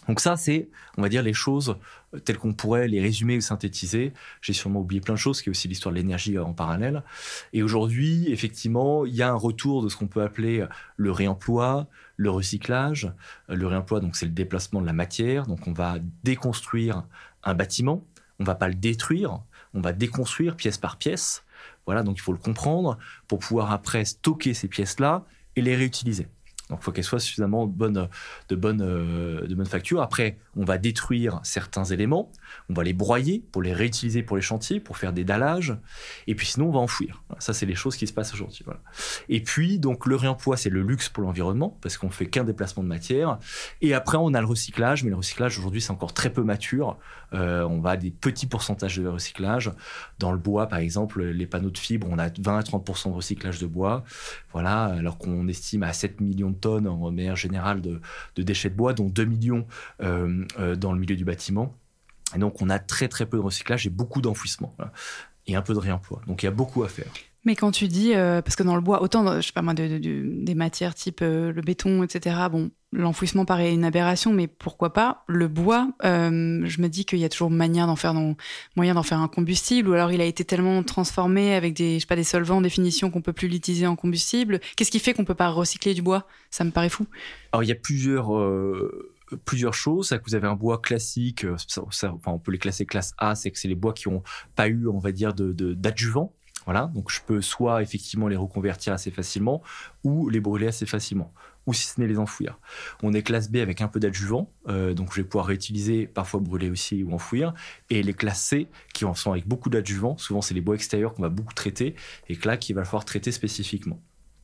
Speaker 4: Donc ça, c'est, on va dire, les choses telles qu'on pourrait les résumer ou synthétiser. J'ai sûrement oublié plein de choses, qui est aussi l'histoire de l'énergie en parallèle. Et aujourd'hui, effectivement, il y a un retour de ce qu'on peut appeler le réemploi, le recyclage. Le réemploi, donc, c'est le déplacement de la matière. Donc on va déconstruire un bâtiment, on ne va pas le détruire, on va déconstruire pièce par pièce. Voilà, donc il faut le comprendre pour pouvoir après stocker ces pièces-là et les réutiliser. Donc, il faut qu'elles soient suffisamment bonnes, de, bonne, euh, de bonne facture. Après, on va détruire certains éléments, on va les broyer pour les réutiliser pour les chantiers, pour faire des dallages, et puis sinon, on va enfouir. Voilà, ça, c'est les choses qui se passent aujourd'hui. Voilà. Et puis, donc, le réemploi, c'est le luxe pour l'environnement, parce qu'on ne fait qu'un déplacement de matière. Et après, on a le recyclage, mais le recyclage, aujourd'hui, c'est encore très peu mature. Euh, on va à des petits pourcentages de recyclage. Dans le bois, par exemple, les panneaux de fibre, on a vingt à trente pour cent de recyclage de bois, voilà, alors qu'on estime à sept millions de tonnes en manière générale de, de déchets de bois, dont deux millions euh, euh, dans le milieu du bâtiment. Et donc, on a très, très peu de recyclage et beaucoup d'enfouissement. Voilà, et un peu de réemploi. Donc, il y a beaucoup à faire.
Speaker 3: Mais quand tu dis, euh, parce que dans le bois, autant, je sais pas moi, de, de, de, des matières type euh, le béton, et cetera, bon, l'enfouissement paraît une aberration, mais pourquoi pas le bois, euh, je me dis qu'il y a toujours manière d'en faire, non, moyen d'en faire un combustible, ou alors il a été tellement transformé avec des, je sais pas, des solvants de finition qu'on peut plus l'utiliser en combustible. Qu'est-ce qui fait qu'on peut pas recycler du bois ? Ça me paraît fou.
Speaker 4: Alors, il y a plusieurs... Euh... plusieurs choses. C'est que vous avez un bois classique, ça, ça, enfin, on peut les classer classe A, c'est que c'est les bois qui n'ont pas eu, on va dire, de, de, d'adjuvant. Voilà, donc je peux soit effectivement les reconvertir assez facilement ou les brûler assez facilement, ou si ce n'est les enfouir. On est classe B avec un peu d'adjuvant, euh, donc je vais pouvoir réutiliser, parfois brûler aussi ou enfouir. Et les classes C qui en sont avec beaucoup d'adjuvant, souvent c'est les bois extérieurs qu'on va beaucoup traiter et que là qu'il va falloir traiter spécifiquement.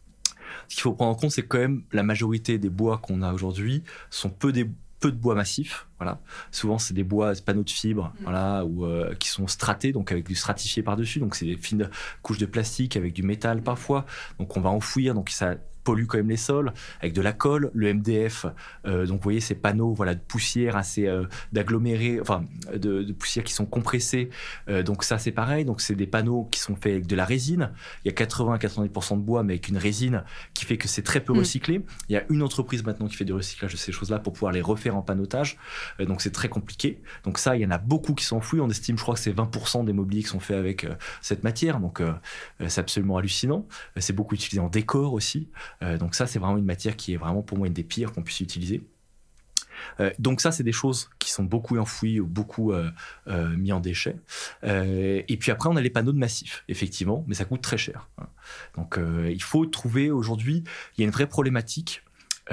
Speaker 4: Ce qu'il faut prendre en compte, c'est que quand même la majorité des bois qu'on a aujourd'hui sont peu des peu de bois massif, voilà. Souvent c'est des bois, des panneaux de fibres, mmh. voilà, ou euh, qui sont stratés, donc avec du stratifié par-dessus, donc c'est des fines couches de plastique avec du métal parfois, donc on va enfouir, donc ça pollue quand même les sols, avec de la colle, le M D F, euh, donc vous voyez ces panneaux, voilà, de poussière assez euh, d'agglomérés, enfin de, de poussière qui sont compressés, euh, donc ça c'est pareil, donc c'est des panneaux qui sont faits avec de la résine. Il y a quatre-vingts à quatre-vingt-dix pour cent de bois, mais avec une résine qui fait que c'est très peu mmh. recyclé. Il y a une entreprise maintenant qui fait du recyclage de ces choses-là pour pouvoir les refaire en panneautage, euh, donc c'est très compliqué. Donc ça, il y en a beaucoup qui s'enfouissent. On estime, je crois que c'est vingt pour cent des mobiliers qui sont faits avec euh, cette matière, donc euh, c'est absolument hallucinant. Euh, c'est beaucoup utilisé en décor aussi. Euh, donc ça, c'est vraiment une matière qui est vraiment pour moi une des pires qu'on puisse utiliser. Euh, donc ça, c'est des choses qui sont beaucoup enfouies ou beaucoup euh, euh, mis en déchets. Euh, et puis après, on a les panneaux de massif, effectivement, mais ça coûte très cher. Hein. Donc euh, il faut trouver aujourd'hui, il y a une vraie problématique.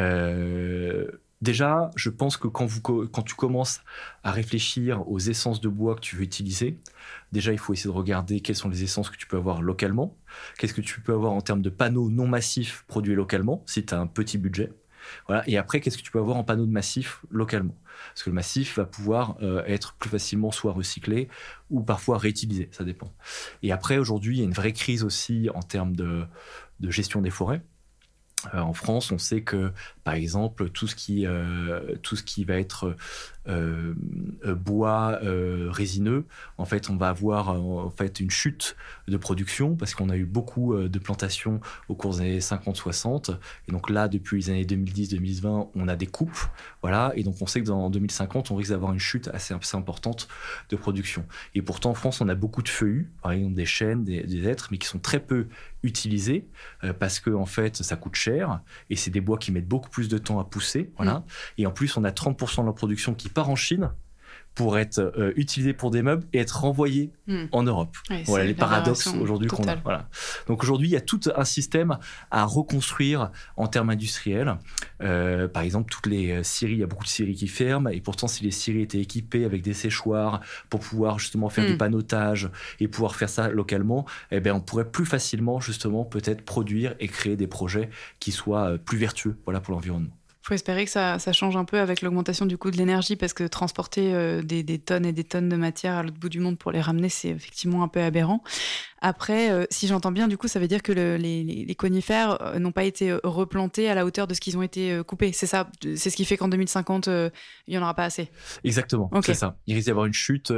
Speaker 4: Euh, déjà, je pense que quand, vous, quand tu commences à réfléchir aux essences de bois que tu veux utiliser, déjà, il faut essayer de regarder quelles sont les essences que tu peux avoir localement. Qu'est-ce que tu peux avoir en termes de panneaux non massifs produits localement, si tu as un petit budget. Voilà. Et après, qu'est-ce que tu peux avoir en panneaux de massif localement ? Parce que le massif va pouvoir euh, être plus facilement soit recyclé ou parfois réutilisé, ça dépend. Et après, aujourd'hui, il y a une vraie crise aussi en termes de, de gestion des forêts. Euh, en France, on sait que, par exemple, tout ce qui, euh, tout ce qui va être euh, euh, bois euh, résineux, en fait, on va avoir euh, en fait une chute de production parce qu'on a eu beaucoup euh, de plantations au cours des années cinquante soixante. Et donc là, depuis les années deux mille dix deux mille vingt, on a des coupes. Voilà. Et donc, on sait que dans deux mille cinquante, on risque d'avoir une chute assez, assez importante de production. Et pourtant, en France, on a beaucoup de feuillus, par exemple des chênes, des, des hêtres, mais qui sont très peu utilisés euh, parce que en fait ça coûte cher et c'est des bois qui mettent beaucoup plus de temps à pousser, voilà. Mmh. Et en plus on a trente pour cent de leur production qui part en Chine pour être euh, utilisé pour des meubles et être renvoyé mmh. en Europe. Ouais, voilà les paradoxes aujourd'hui totale. qu'on a. Voilà. Donc aujourd'hui, il y a tout un système à reconstruire en termes industriels. Euh, par exemple, toutes les scieries, il y a beaucoup de scieries qui ferment et pourtant, si les scieries étaient équipées avec des séchoirs pour pouvoir justement faire mmh. du panneautage et pouvoir faire ça localement, eh ben, on pourrait plus facilement justement peut-être produire et créer des projets qui soient plus vertueux, voilà, pour l'environnement.
Speaker 3: Il faut espérer que ça, ça change un peu avec l'augmentation du coût de l'énergie parce que transporter euh, des, des tonnes et des tonnes de matière à l'autre bout du monde pour les ramener, c'est effectivement un peu aberrant. Après, euh, si j'entends bien, du coup, ça veut dire que le, les, les conifères euh, n'ont pas été euh, replantés à la hauteur de ce qu'ils ont été euh, coupés. C'est ça, c'est ce qui fait qu'en deux mille cinquante, euh, il n'y en aura pas assez.
Speaker 4: Exactement,
Speaker 3: okay.
Speaker 4: C'est ça. Il risque d'y avoir une chute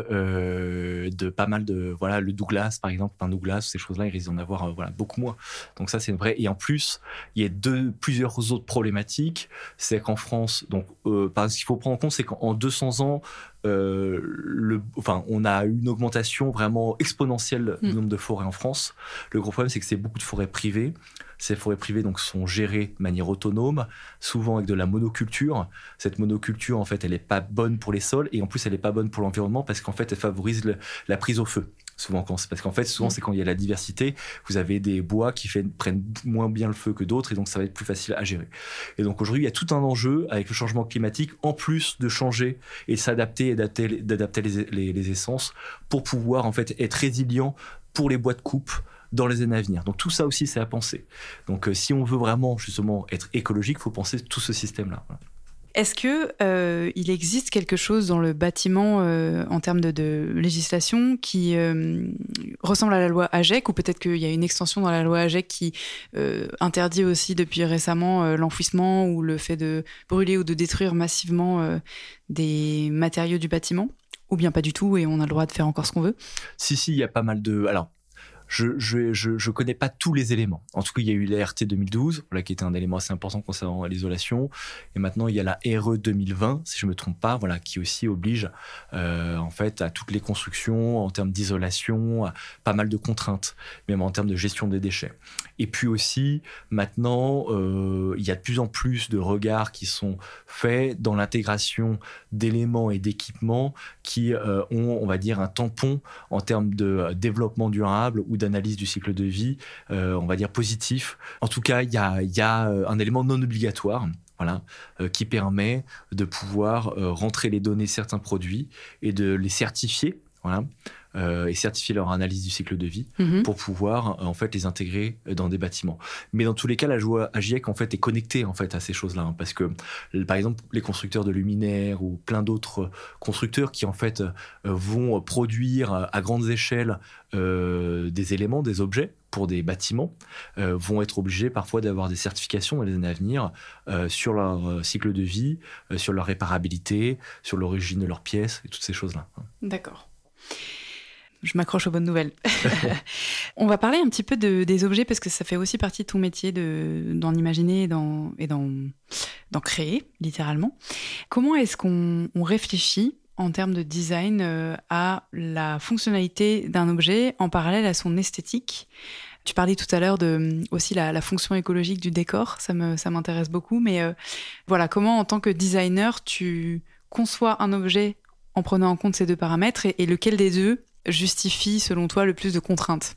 Speaker 4: euh, de pas mal de... Voilà, le Douglas, par exemple, un Douglas, ces choses-là, il risque d'en avoir euh, voilà, beaucoup moins. Donc ça, c'est vrai. Et en plus, il y a deux, plusieurs autres problématiques. C'est qu'en France, donc, euh, ce qu'il faut prendre en compte, c'est qu'en deux cents ans, Euh, le, enfin, on a eu une augmentation vraiment exponentielle du nombre de forêts en France. Le gros problème, c'est que c'est beaucoup de forêts privées. Ces forêts privées donc, sont gérées de manière autonome, souvent avec de la monoculture. Cette monoculture, en fait, elle n'est pas bonne pour les sols et en plus, elle n'est pas bonne pour l'environnement parce qu'en fait, elle favorise le, la prise au feu. Souvent, quand, parce qu'en fait, souvent, c'est quand il y a la diversité, vous avez des bois qui fait, prennent moins bien le feu que d'autres, et donc ça va être plus facile à gérer. Et donc aujourd'hui, il y a tout un enjeu avec le changement climatique, en plus de changer et de s'adapter et d'adapter, d'adapter les, les, les essences pour pouvoir en fait être résilient pour les bois de coupe dans les années à venir. Donc tout ça aussi, c'est à penser. Donc euh, si on veut vraiment justement être écologique, il faut penser tout ce système-là. Voilà.
Speaker 3: Est-ce que euh, il existe quelque chose dans le bâtiment euh, en termes de, de législation qui euh, ressemble à la loi AGEC, ou peut-être qu'il y a une extension dans la loi AGEC qui euh, interdit aussi depuis récemment euh, l'enfouissement ou le fait de brûler ou de détruire massivement euh, des matériaux du bâtiment, ou bien pas du tout et on a le droit de faire encore ce qu'on veut?
Speaker 4: Si, si, il y a pas mal de... Alors, Je je, je je connais pas tous les éléments. En tout cas, il y a eu la R T deux mille douze, voilà, qui était un élément assez important concernant l'isolation. Et maintenant, il y a la R E deux mille vingt, si je me trompe pas, voilà, qui aussi oblige euh, en fait à toutes les constructions en termes d'isolation, à pas mal de contraintes, même en termes de gestion des déchets. Et puis aussi, maintenant, euh, il y a de plus en plus de regards qui sont faits dans l'intégration d'éléments et d'équipements qui euh, ont, on va dire, un tampon en termes de développement durable ou d'analyse du cycle de vie, euh, on va dire positif. En tout cas, il y a, y a un élément non obligatoire, voilà, euh, qui permet de pouvoir euh, rentrer les données de certains produits et de les certifier, voilà, euh, et certifier leur analyse du cycle de vie mmh. pour pouvoir euh, en fait les intégrer dans des bâtiments. Mais dans tous les cas, la loi AGIEC en fait est connectée en fait à ces choses-là, hein, parce que par exemple les constructeurs de luminaires ou plein d'autres constructeurs qui en fait euh, vont produire à grandes échelles euh, des éléments, des objets pour des bâtiments, euh, vont être obligés parfois d'avoir des certifications dans les années à venir euh, sur leur euh, cycle de vie, euh, sur leur réparabilité, sur l'origine de leurs pièces et toutes ces choses-là.
Speaker 3: D'accord. Je m'accroche aux bonnes nouvelles. On va parler un petit peu de, des objets parce que ça fait aussi partie de ton métier de, d'en imaginer et d'en, et d'en, d'en créer, littéralement. Comment est-ce qu'on on réfléchit en termes de design euh, à la fonctionnalité d'un objet en parallèle à son esthétique? Tu parlais tout à l'heure de aussi la, la fonction écologique du décor, ça, me, ça m'intéresse beaucoup. Mais euh, voilà, comment en tant que designer, tu conçois un objet en prenant en compte ces deux paramètres et, et lequel des deux justifie, selon toi, le plus de contraintes?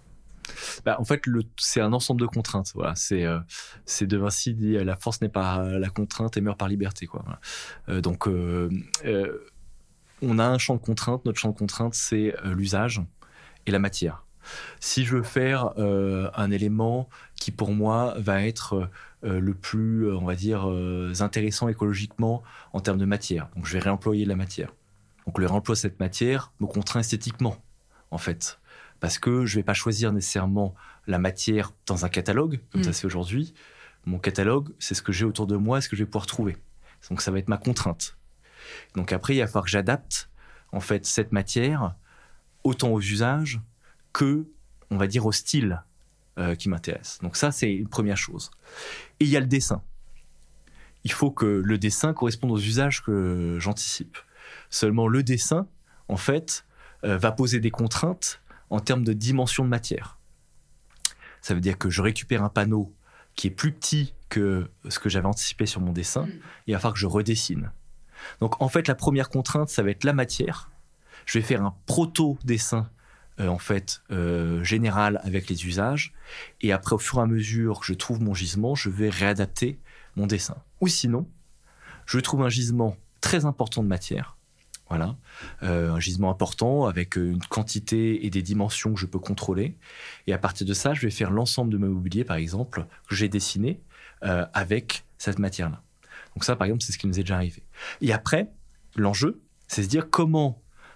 Speaker 4: Bah, en fait, le, c'est un ensemble de contraintes. Voilà. C'est, euh, c'est De Vinci dit la force n'est pas la contrainte et meurt par liberté. Quoi. Voilà. Euh, donc, euh, euh, on a un champ de contraintes. Notre champ de contraintes, c'est euh, l'usage et la matière. Si je veux faire euh, un élément qui, pour moi, va être euh, le plus, on va dire, euh, intéressant écologiquement en termes de matière, donc je vais réemployer la matière. Donc le réemploi de cette matière me contraint esthétiquement, en fait. Parce que je ne vais pas choisir nécessairement la matière dans un catalogue, comme mmh. ça c'est aujourd'hui. Mon catalogue, c'est ce que j'ai autour de moi, ce que je vais pouvoir trouver. Donc ça va être ma contrainte. Donc après, il va falloir que j'adapte, en fait, cette matière autant aux usages que, on va dire, au style euh, qui m'intéresse. Donc ça, c'est une première chose. Et il y a le dessin. Il faut que le dessin corresponde aux usages que j'anticipe. Seulement, le dessin, en fait, euh, va poser des contraintes en termes de dimension de matière. Ça veut dire que je récupère un panneau qui est plus petit que ce que j'avais anticipé sur mon dessin, mmh. il va falloir que je redessine. Donc, en fait, la première contrainte, ça va être la matière. Je vais faire un proto-dessin, euh, en fait, euh, général avec les usages. Et après, au fur et à mesure que je trouve mon gisement, je vais réadapter mon dessin. Ou sinon, je trouve un gisement très important de matière. Voilà, euh, un gisement important avec une quantité et des dimensions que je peux contrôler. Et à partir de ça, je vais faire l'ensemble de mon mobilier, par exemple, que j'ai dessiné euh, avec cette matière-là. Donc ça, par exemple, c'est ce qui nous est déjà arrivé. Et après, l'enjeu, c'est se dire comment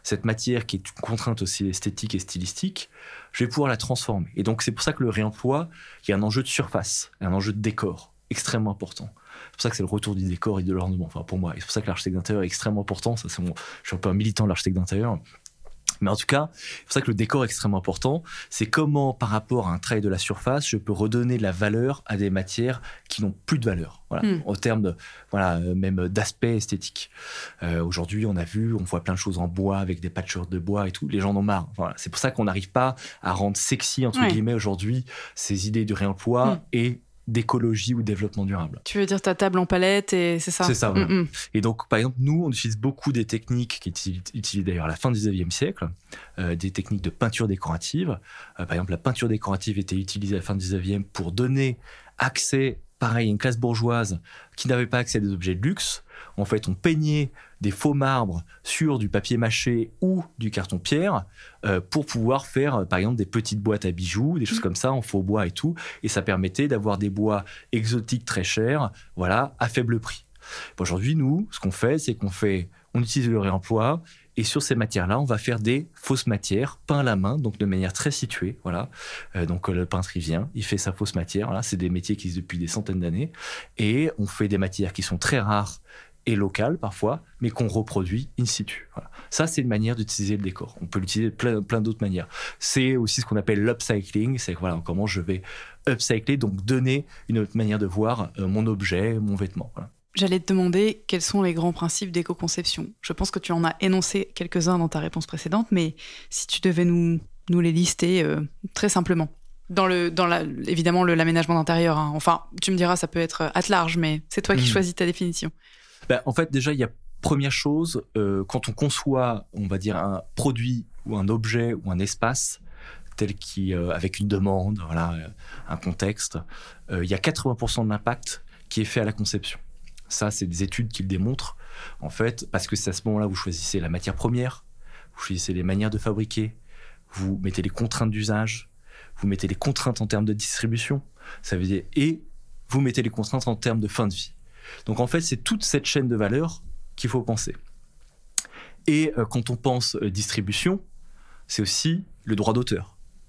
Speaker 4: cette matière qui est une contrainte aussi esthétique et stylistique, je vais pouvoir la transformer. Et donc, c'est pour ça que le réemploi, il y a un enjeu de surface, un enjeu de décor extrêmement important. C'est pour ça que c'est le retour du décor et de l'ornement, enfin pour moi. Et c'est pour ça que l'architecte d'intérieur est extrêmement important. Ça, c'est mon... Je suis un peu un militant de l'architecte d'intérieur. Mais en tout cas, c'est pour ça que le décor est extrêmement important. C'est comment, par rapport à un travail de la surface, je peux redonner de la valeur à des matières qui n'ont plus de valeur. Voilà, mm. en termes de, voilà, même d'aspect esthétique. Euh, aujourd'hui, on a vu, on voit plein de choses en bois avec des patchworks de bois et tout. Les gens en ont marre. Voilà, c'est pour ça qu'on n'arrive pas à rendre sexy, entre ouais. guillemets, aujourd'hui, ces idées du réemploi mm. et d'écologie ou développement durable.
Speaker 3: Tu veux dire ta table en palette et c'est ça ?
Speaker 4: C'est ça, voilà. Mm-hmm. Et donc, par exemple, nous, on utilise beaucoup des techniques qui étaient utilisées d'ailleurs à la fin du dix-neuvième siècle, euh, des techniques de peinture décorative. Euh, par exemple, la peinture décorative était utilisée à la fin du dix-neuvième pour donner accès, pareil, à une classe bourgeoise qui n'avait pas accès à des objets de luxe. En fait, on peignait des faux marbres sur du papier mâché ou du carton-pierre euh, pour pouvoir faire, euh, par exemple, des petites boîtes à bijoux, des choses mmh. comme ça, en faux bois et tout. Et ça permettait d'avoir des bois exotiques très chers, voilà, à faible prix. Aujourd'hui, nous, ce qu'on fait, c'est qu'on fait, on utilise le réemploi. Et sur ces matières-là, on va faire des fausses matières, peintes à la main, donc de manière très située. Voilà. Euh, donc le peintre, il vient, il fait sa fausse matière. Voilà. C'est des métiers qui existent depuis des centaines d'années. Et on fait des matières qui sont très rares et locales parfois, mais qu'on reproduit in situ. Voilà. Ça, c'est une manière d'utiliser le décor. On peut l'utiliser de plein, plein d'autres manières. C'est aussi ce qu'on appelle l'upcycling. C'est voilà, comment je vais upcycler, donc donner une autre manière de voir euh, mon objet, mon vêtement. Voilà.
Speaker 3: J'allais te demander quels sont les grands principes d'éco-conception. Je pense que tu en as énoncé quelques-uns dans ta réponse précédente, mais si tu devais nous, nous les lister euh, très simplement. Dans, le, dans la, évidemment le, l'aménagement d'intérieur. Hein. Enfin, tu me diras, ça peut être at large, mais c'est toi qui mmh. choisis ta définition.
Speaker 4: Ben, en fait, déjà, il y a première chose, euh, quand on conçoit, on va dire, un produit ou un objet ou un espace, tel qui, euh, avec une demande, voilà, euh, un contexte, euh, il y a quatre-vingts pour cent de l'impact qui est fait à la conception. Ça, c'est des études qui le démontrent, en fait, parce que c'est à ce moment-là où vous choisissez la matière première, vous choisissez les manières de fabriquer, vous mettez les contraintes d'usage, vous mettez les contraintes en termes de distribution, ça veut dire, et vous mettez les contraintes en termes de fin de vie. Donc, en fait, c'est toute cette chaîne de valeur qu'il faut penser. Et euh, quand on pense euh, distribution, c'est aussi le droit d'auteur.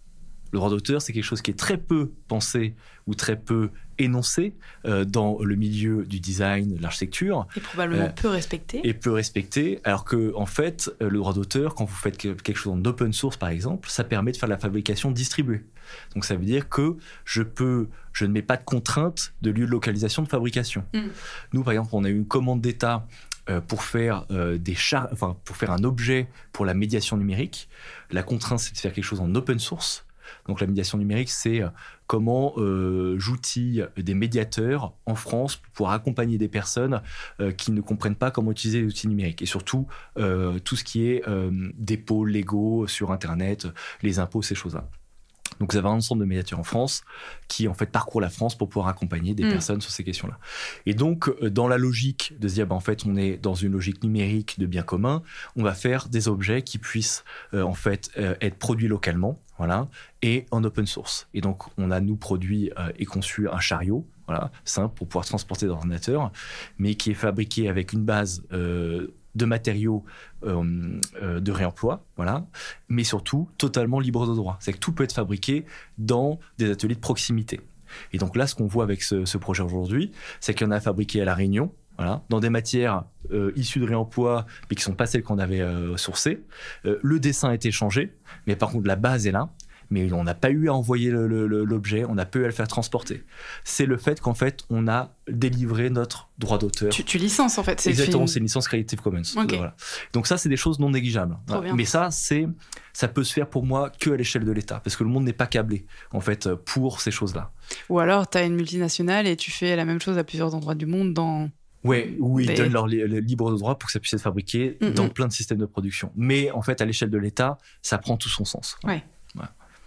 Speaker 4: Le droit d'auteur, c'est quelque chose qui est très peu pensé ou très peu énoncé euh, dans le milieu du design, de l'architecture.
Speaker 3: Et probablement euh, peu respecté.
Speaker 4: Et peu respecté, alors que en fait, euh, le droit d'auteur, quand vous faites quelque chose en open source, par exemple, ça permet de faire la fabrication distribuée. Donc ça veut dire que je peux, je ne mets pas de contrainte de lieu de localisation de fabrication. Mm. Nous, par exemple, on a eu une commande d'État euh, pour faire euh, des char- enfin pour faire un objet pour la médiation numérique. La contrainte, c'est de faire quelque chose en open source. Donc la médiation numérique, c'est comment euh, j'outille des médiateurs en France pour pouvoir accompagner des personnes euh, qui ne comprennent pas comment utiliser les outils numériques. Et surtout, euh, tout ce qui est euh, dépôts légaux sur Internet, les impôts, ces choses-là. Donc, vous avez un ensemble de médiateurs en France qui, en fait, parcourent la France pour pouvoir accompagner des mmh. personnes sur ces questions-là. Et donc, dans la logique de se dire, bah, en fait, on est dans une logique numérique de bien commun, on va faire des objets qui puissent, euh, en fait, euh, être produits localement, voilà, et en open source. Et donc, on a, nous, produit euh, et conçu un chariot, voilà, simple pour pouvoir transporter d'ordinateurs, mais qui est fabriqué avec une base euh, de matériaux euh, euh, de réemploi, voilà, mais surtout totalement libre de droit. C'est que tout peut être fabriqué dans des ateliers de proximité. Et donc là, ce qu'on voit avec ce, ce projet aujourd'hui, c'est qu'il y en a fabriqué à La Réunion, voilà, dans des matières euh, issues de réemploi, mais qui ne sont pas celles qu'on avait euh, sourcées. Euh, le dessin a été changé, mais par contre, la base est là. Mais on n'a pas eu à envoyer le, le, le, l'objet, on n'a pas eu à le faire transporter. C'est le fait qu'en fait, on a délivré notre droit d'auteur.
Speaker 3: Tu, tu licences, en fait. C'est
Speaker 4: Exactement,
Speaker 3: une...
Speaker 4: c'est une licence Creative Commons.
Speaker 3: Okay.
Speaker 4: Voilà. Donc ça, c'est des choses non négligeables. Voilà. Mais ça, c'est, ça peut se faire pour moi que à l'échelle de l'État, parce que le monde n'est pas câblé, en fait, pour ces choses-là.
Speaker 3: Ou alors, tu as une multinationale et tu fais la même chose à plusieurs endroits du monde dans...
Speaker 4: Ouais, où ils des... donnent leur li- libre de droit pour que ça puisse être fabriqué mm-hmm. dans plein de systèmes de production. Mais en fait, à l'échelle de l'État, ça prend tout son sens.
Speaker 3: Ouais. ouais.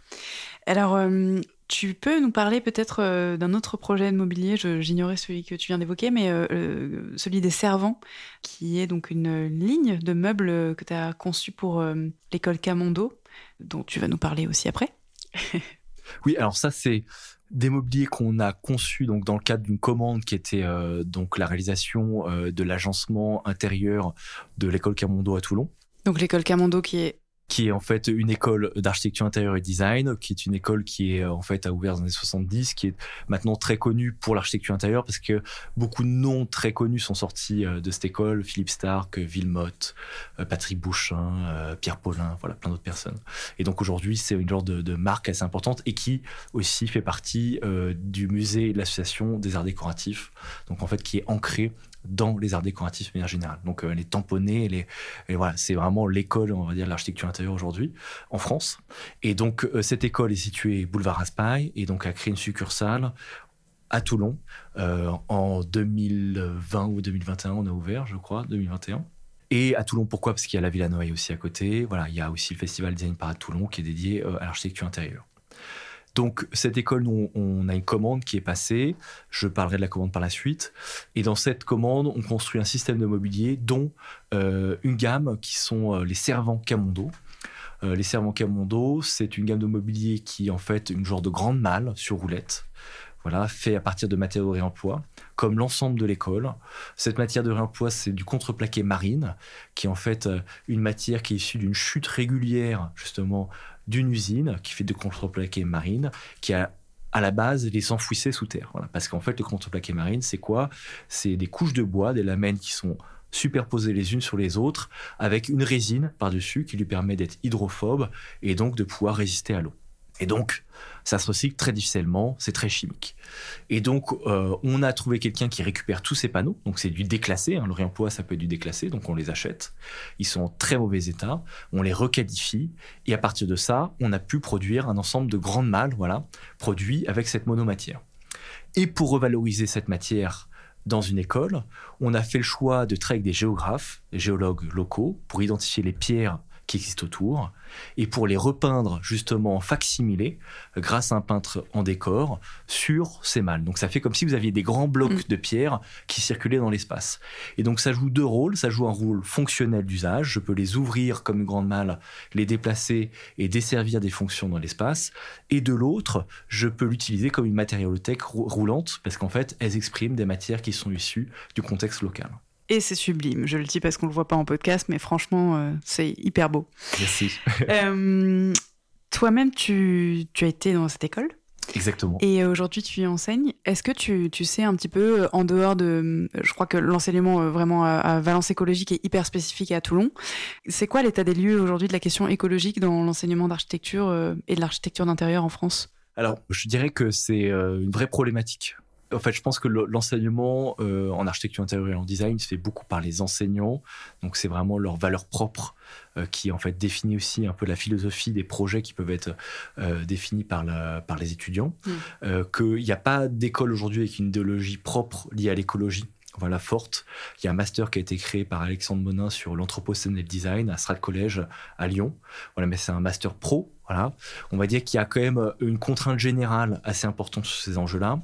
Speaker 3: Alors, euh, tu peux nous parler peut-être euh, d'un autre projet de mobilier, je, j'ignorais celui que tu viens d'évoquer, mais euh, euh, celui des Servants, qui est donc une ligne de meubles que tu as conçue pour euh, l'école Camondo, dont tu vas nous parler aussi après.
Speaker 4: Oui, alors ça, c'est des mobiliers qu'on a conçus donc, dans le cadre d'une commande qui était euh, donc, la réalisation euh, de l'agencement intérieur de l'école Camondo à Toulon.
Speaker 3: Donc l'école Camondo qui est
Speaker 4: qui est en fait une école d'architecture intérieure et design, qui est une école qui est en fait a ouvert dans les années soixante-dix, qui est maintenant très connue pour l'architecture intérieure parce que beaucoup de noms très connus sont sortis de cette école, Philippe Starck, Villemotte, Patrick Bouchin, Pierre Paulin, voilà, plein d'autres personnes. Et donc aujourd'hui, c'est une genre de, de marque assez importante et qui aussi fait partie euh, du musée et de l'association des arts décoratifs, donc en fait qui est ancrée dans les arts décoratifs de manière générale. Donc euh, les tamponnés, les, et voilà, c'est vraiment l'école, on va dire, de l'architecture intérieure aujourd'hui en France. Et donc euh, cette école est située boulevard Raspail et donc a créé une succursale à Toulon euh, en deux mille vingt ou deux mille vingt et un. On a ouvert, je crois, deux mille vingt et un. Et à Toulon, pourquoi ? Parce qu'il y a la Villa Noailles aussi à côté. Voilà, il y a aussi le Festival Design Parade Toulon qui est dédié euh, à l'architecture intérieure. Donc, cette école, nous, on a une commande qui est passée. Je parlerai de la commande par la suite. Et dans cette commande, on construit un système de mobilier, dont euh, une gamme qui sont euh, les servants Camondo. Euh, les servants Camondo, c'est une gamme de mobilier qui est en fait une genre de grande malle sur roulette. Voilà, fait à partir de matériaux de réemploi, comme l'ensemble de l'école. Cette matière de réemploi, c'est du contreplaqué marine, qui est en fait une matière qui est issue d'une chute régulière, justement, d'une usine qui fait de contreplaqué marine, qui a à la base les enfouissait sous terre. Voilà. Parce qu'en fait, le contreplaqué marine, c'est quoi ? C'est des couches de bois, des lamelles qui sont superposées les unes sur les autres, avec une résine par-dessus qui lui permet d'être hydrophobe et donc de pouvoir résister à l'eau. Et donc, ça se recycle très difficilement, c'est très chimique. Et donc, euh, on a trouvé quelqu'un qui récupère tous ces panneaux. Donc, c'est du déclassé. Hein, le réemploi, ça peut être du déclassé. Donc, on les achète. Ils sont en très mauvais état. On les requalifie. Et à partir de ça, on a pu produire un ensemble de grandes malles, voilà, produits avec cette monomatière. Et pour revaloriser cette matière dans une école, on a fait le choix de travailler avec des géographes, des géologues locaux, pour identifier les pierres qui existent autour, et pour les repeindre justement en fac-similé, grâce à un peintre en décor, sur ces malles. Donc ça fait comme si vous aviez des grands blocs mmh. de pierre qui circulaient dans l'espace. Et donc ça joue deux rôles. Ça joue un rôle fonctionnel d'usage. Je peux les ouvrir comme une grande malle, les déplacer et desservir des fonctions dans l'espace. Et de l'autre, je peux l'utiliser comme une matériauthèque roulante, parce qu'en fait, elles expriment des matières qui sont issues du contexte local.
Speaker 3: Et c'est sublime. Je le dis parce qu'on le voit pas en podcast, mais franchement, euh, c'est hyper beau.
Speaker 4: Merci.
Speaker 3: euh, toi-même, tu, tu as été dans cette école.
Speaker 4: Exactement.
Speaker 3: Et aujourd'hui, tu y enseignes. Est-ce que tu, tu sais un petit peu, en dehors de... Je crois que l'enseignement vraiment à Valence Écologique est hyper spécifique à Toulon. C'est quoi l'état des lieux aujourd'hui de la question écologique dans l'enseignement d'architecture et de l'architecture d'intérieur en France ?
Speaker 4: Alors, je dirais que c'est une vraie problématique. En fait, je pense que l'enseignement euh, en architecture intérieure et en design se fait beaucoup par les enseignants. Donc, c'est vraiment leur valeur propre euh, qui, en fait, définit aussi un peu la philosophie des projets qui peuvent être euh, définis par, la, par les étudiants. Mmh. Euh, qu'il n'y a pas d'école aujourd'hui avec une idéologie propre liée à l'écologie. Voilà, forte. Il y a un master qui a été créé par Alexandre Monin sur l'anthropocène et le design à Strad College à Lyon. Voilà, mais c'est un master pro. Voilà. On va dire qu'il y a quand même une contrainte générale assez importante sur ces enjeux-là.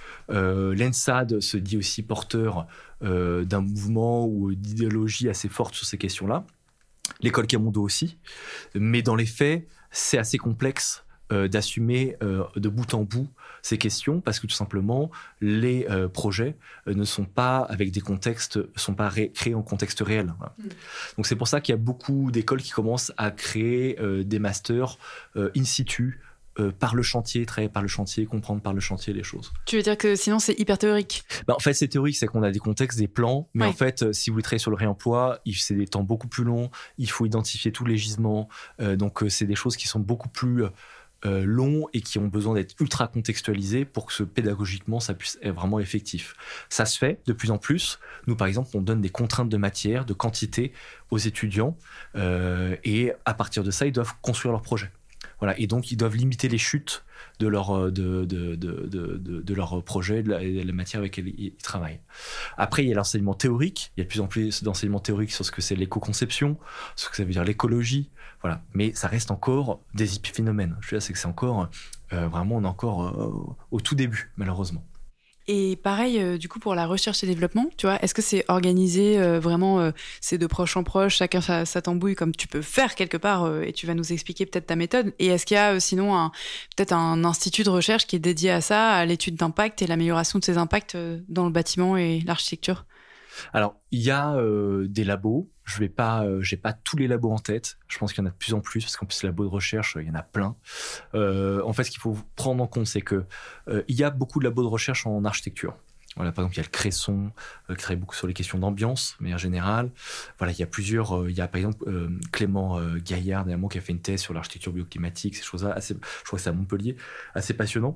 Speaker 4: Euh, L'ENSAD se dit aussi porteur euh, d'un mouvement ou d'idéologie assez forte sur ces questions-là. L'école Camondo aussi. Mais dans les faits, c'est assez complexe euh, d'assumer euh, de bout en bout ces questions parce que tout simplement, les euh, projets euh, ne sont pas avec des contextes, sont pas ré- créés en contexte réel. Voilà. Mmh. Donc c'est pour ça qu'il y a beaucoup d'écoles qui commencent à créer euh, des masters euh, in situ, Euh, par le chantier, travailler par le chantier, comprendre par le chantier les choses.
Speaker 3: Tu veux dire que sinon c'est hyper théorique ?
Speaker 4: Ben, en fait, c'est théorique, c'est qu'on a des contextes, des plans, mais oui. En fait, euh, si vous travaillez sur le réemploi, c'est des temps beaucoup plus longs, il faut identifier tous les gisements, euh, donc euh, c'est des choses qui sont beaucoup plus euh, longs et qui ont besoin d'être ultra contextualisés pour que ce, pédagogiquement ça puisse être vraiment effectif. Ça se fait de plus en plus. Nous, par exemple, on donne des contraintes de matière, de quantité aux étudiants euh, et à partir de ça, ils doivent construire leur projet. Voilà, et donc ils doivent limiter les chutes de leur, de, de, de, de, de, de leur projet, de la, de la matière avec laquelle ils travaillent. Après, il y a l'enseignement théorique. Il y a de plus en plus d'enseignement théorique sur ce que c'est l'éco-conception, sur ce que ça veut dire l'écologie. Voilà. Mais ça reste encore des épiphénomènes. Je veux dire, c'est que c'est encore, euh, vraiment, on est encore euh, au tout début, malheureusement.
Speaker 3: Et pareil, euh, du coup, pour la recherche et développement, tu vois, est-ce que c'est organisé euh, vraiment, euh, c'est de proche en proche, chacun sa, sa tambouille, comme tu peux faire quelque part, euh, et tu vas nous expliquer peut-être ta méthode. Et est-ce qu'il y a euh, sinon un, peut-être un institut de recherche qui est dédié à ça, à l'étude d'impact et l'amélioration de ces impacts euh, dans le bâtiment et l'architecture ?
Speaker 4: Alors, il y a euh, des labos Je vais pas, euh, j'ai pas tous les labos en tête. Je pense qu'il y en a de plus en plus parce qu'en plus les labos de recherche, il y en a plein. Euh, en fait, ce qu'il faut prendre en compte, c'est que euh, il y a beaucoup de labos de recherche en architecture. Voilà, par exemple, il y a le Cresson, euh, qui travaille beaucoup sur les questions d'ambiance, mais en général, voilà, il y a plusieurs. Euh, il y a par exemple euh, Clément euh, Gaillard, dernièrement, qui a fait une thèse sur l'architecture bioclimatique, ces choses-là. Assez, je crois que c'est à Montpellier, assez passionnant.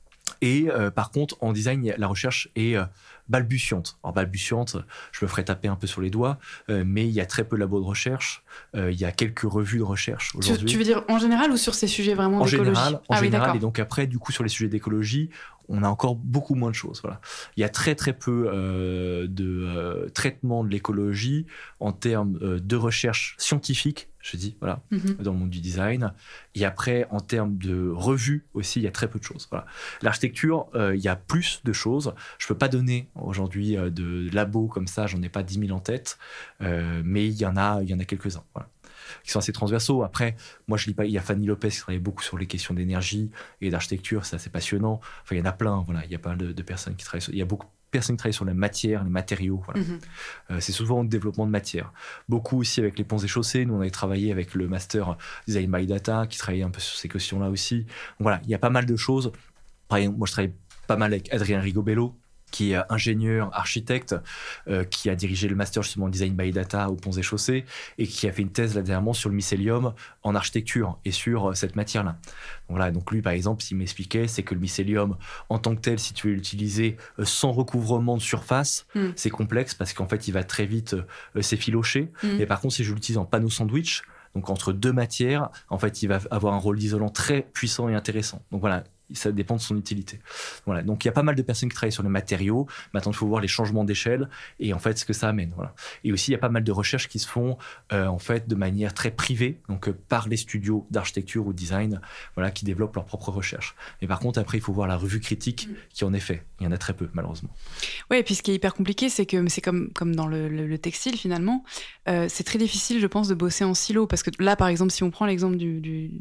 Speaker 4: Et euh, par contre, en design, la recherche est euh, balbutiante. Alors balbutiante, je me ferai taper un peu sur les doigts, euh, mais il y a très peu de labos de recherche. Euh, il y a quelques revues de recherche aujourd'hui.
Speaker 3: Tu, tu veux dire en général ou sur ces sujets vraiment
Speaker 4: en
Speaker 3: d'écologie?
Speaker 4: général, En
Speaker 3: ah,
Speaker 4: général,
Speaker 3: oui,
Speaker 4: et donc après, du coup, sur les sujets d'écologie, on a encore beaucoup moins de choses. Voilà. Il y a très très peu euh, de euh, traitement de l'écologie en termes euh, de recherche scientifique, je dis, voilà, mm-hmm. dans le monde du design. Et après, en termes de revues aussi, il y a très peu de choses. Voilà. L'architecture, euh, il y a plus de choses. Je ne peux pas donner aujourd'hui euh, de labos comme ça, j'en ai pas dix mille en tête, euh, mais il y en a, il y en a quelques-uns. Voilà. Qui sont assez transversaux. Après, moi, je lis pas. Il y a Fanny Lopez qui travaille beaucoup sur les questions d'énergie et d'architecture. C'est assez passionnant. Enfin, il y en a plein. Voilà, il y a pas mal de, de personnes qui travaillent. Sur, il y a beaucoup de personnes qui travaillent sur la matière, les matériaux. Voilà. Mm-hmm. Euh, c'est souvent le développement de matière. Beaucoup aussi avec les ponts et chaussées. Nous, on avait travaillé avec le master Design by Data, qui travaillait un peu sur ces questions-là aussi. Donc, voilà, il y a pas mal de choses. Par exemple, moi, je travaille pas mal avec Adrien Rigobello, qui est ingénieur, architecte, euh, qui a dirigé le master justement Design by Data aux ponts et chaussées et qui a fait une thèse là dernièrement sur le mycélium en architecture et sur euh, cette matière-là. Donc, voilà, donc lui, par exemple, s'il m'expliquait, c'est que le mycélium, en tant que tel, si tu veux l'utiliser euh, sans recouvrement de surface, mm. c'est complexe parce qu'en fait, il va très vite euh, s'effilocher. Mm. Mais par contre, si je l'utilise en panneau sandwich, donc entre deux matières, en fait, il va avoir un rôle d'isolant très puissant et intéressant. Donc voilà, ça dépend de son utilité. Voilà. Donc il y a pas mal de personnes qui travaillent sur les matériaux. Maintenant, il faut voir les changements d'échelle et en fait ce que ça amène. Voilà. Et aussi, il y a pas mal de recherches qui se font euh, en fait de manière très privée, donc euh, par les studios d'architecture ou de design, voilà, qui développent leurs propres recherches. Mais par contre, après, il faut voir la revue critique qui en est fait. Il y en a très peu, malheureusement.
Speaker 3: Oui, et puis ce qui est hyper compliqué, c'est que c'est comme, comme dans le, le, le textile, finalement. Euh, c'est très difficile, je pense, de bosser en silo. Parce que là, par exemple, si on prend l'exemple du... du...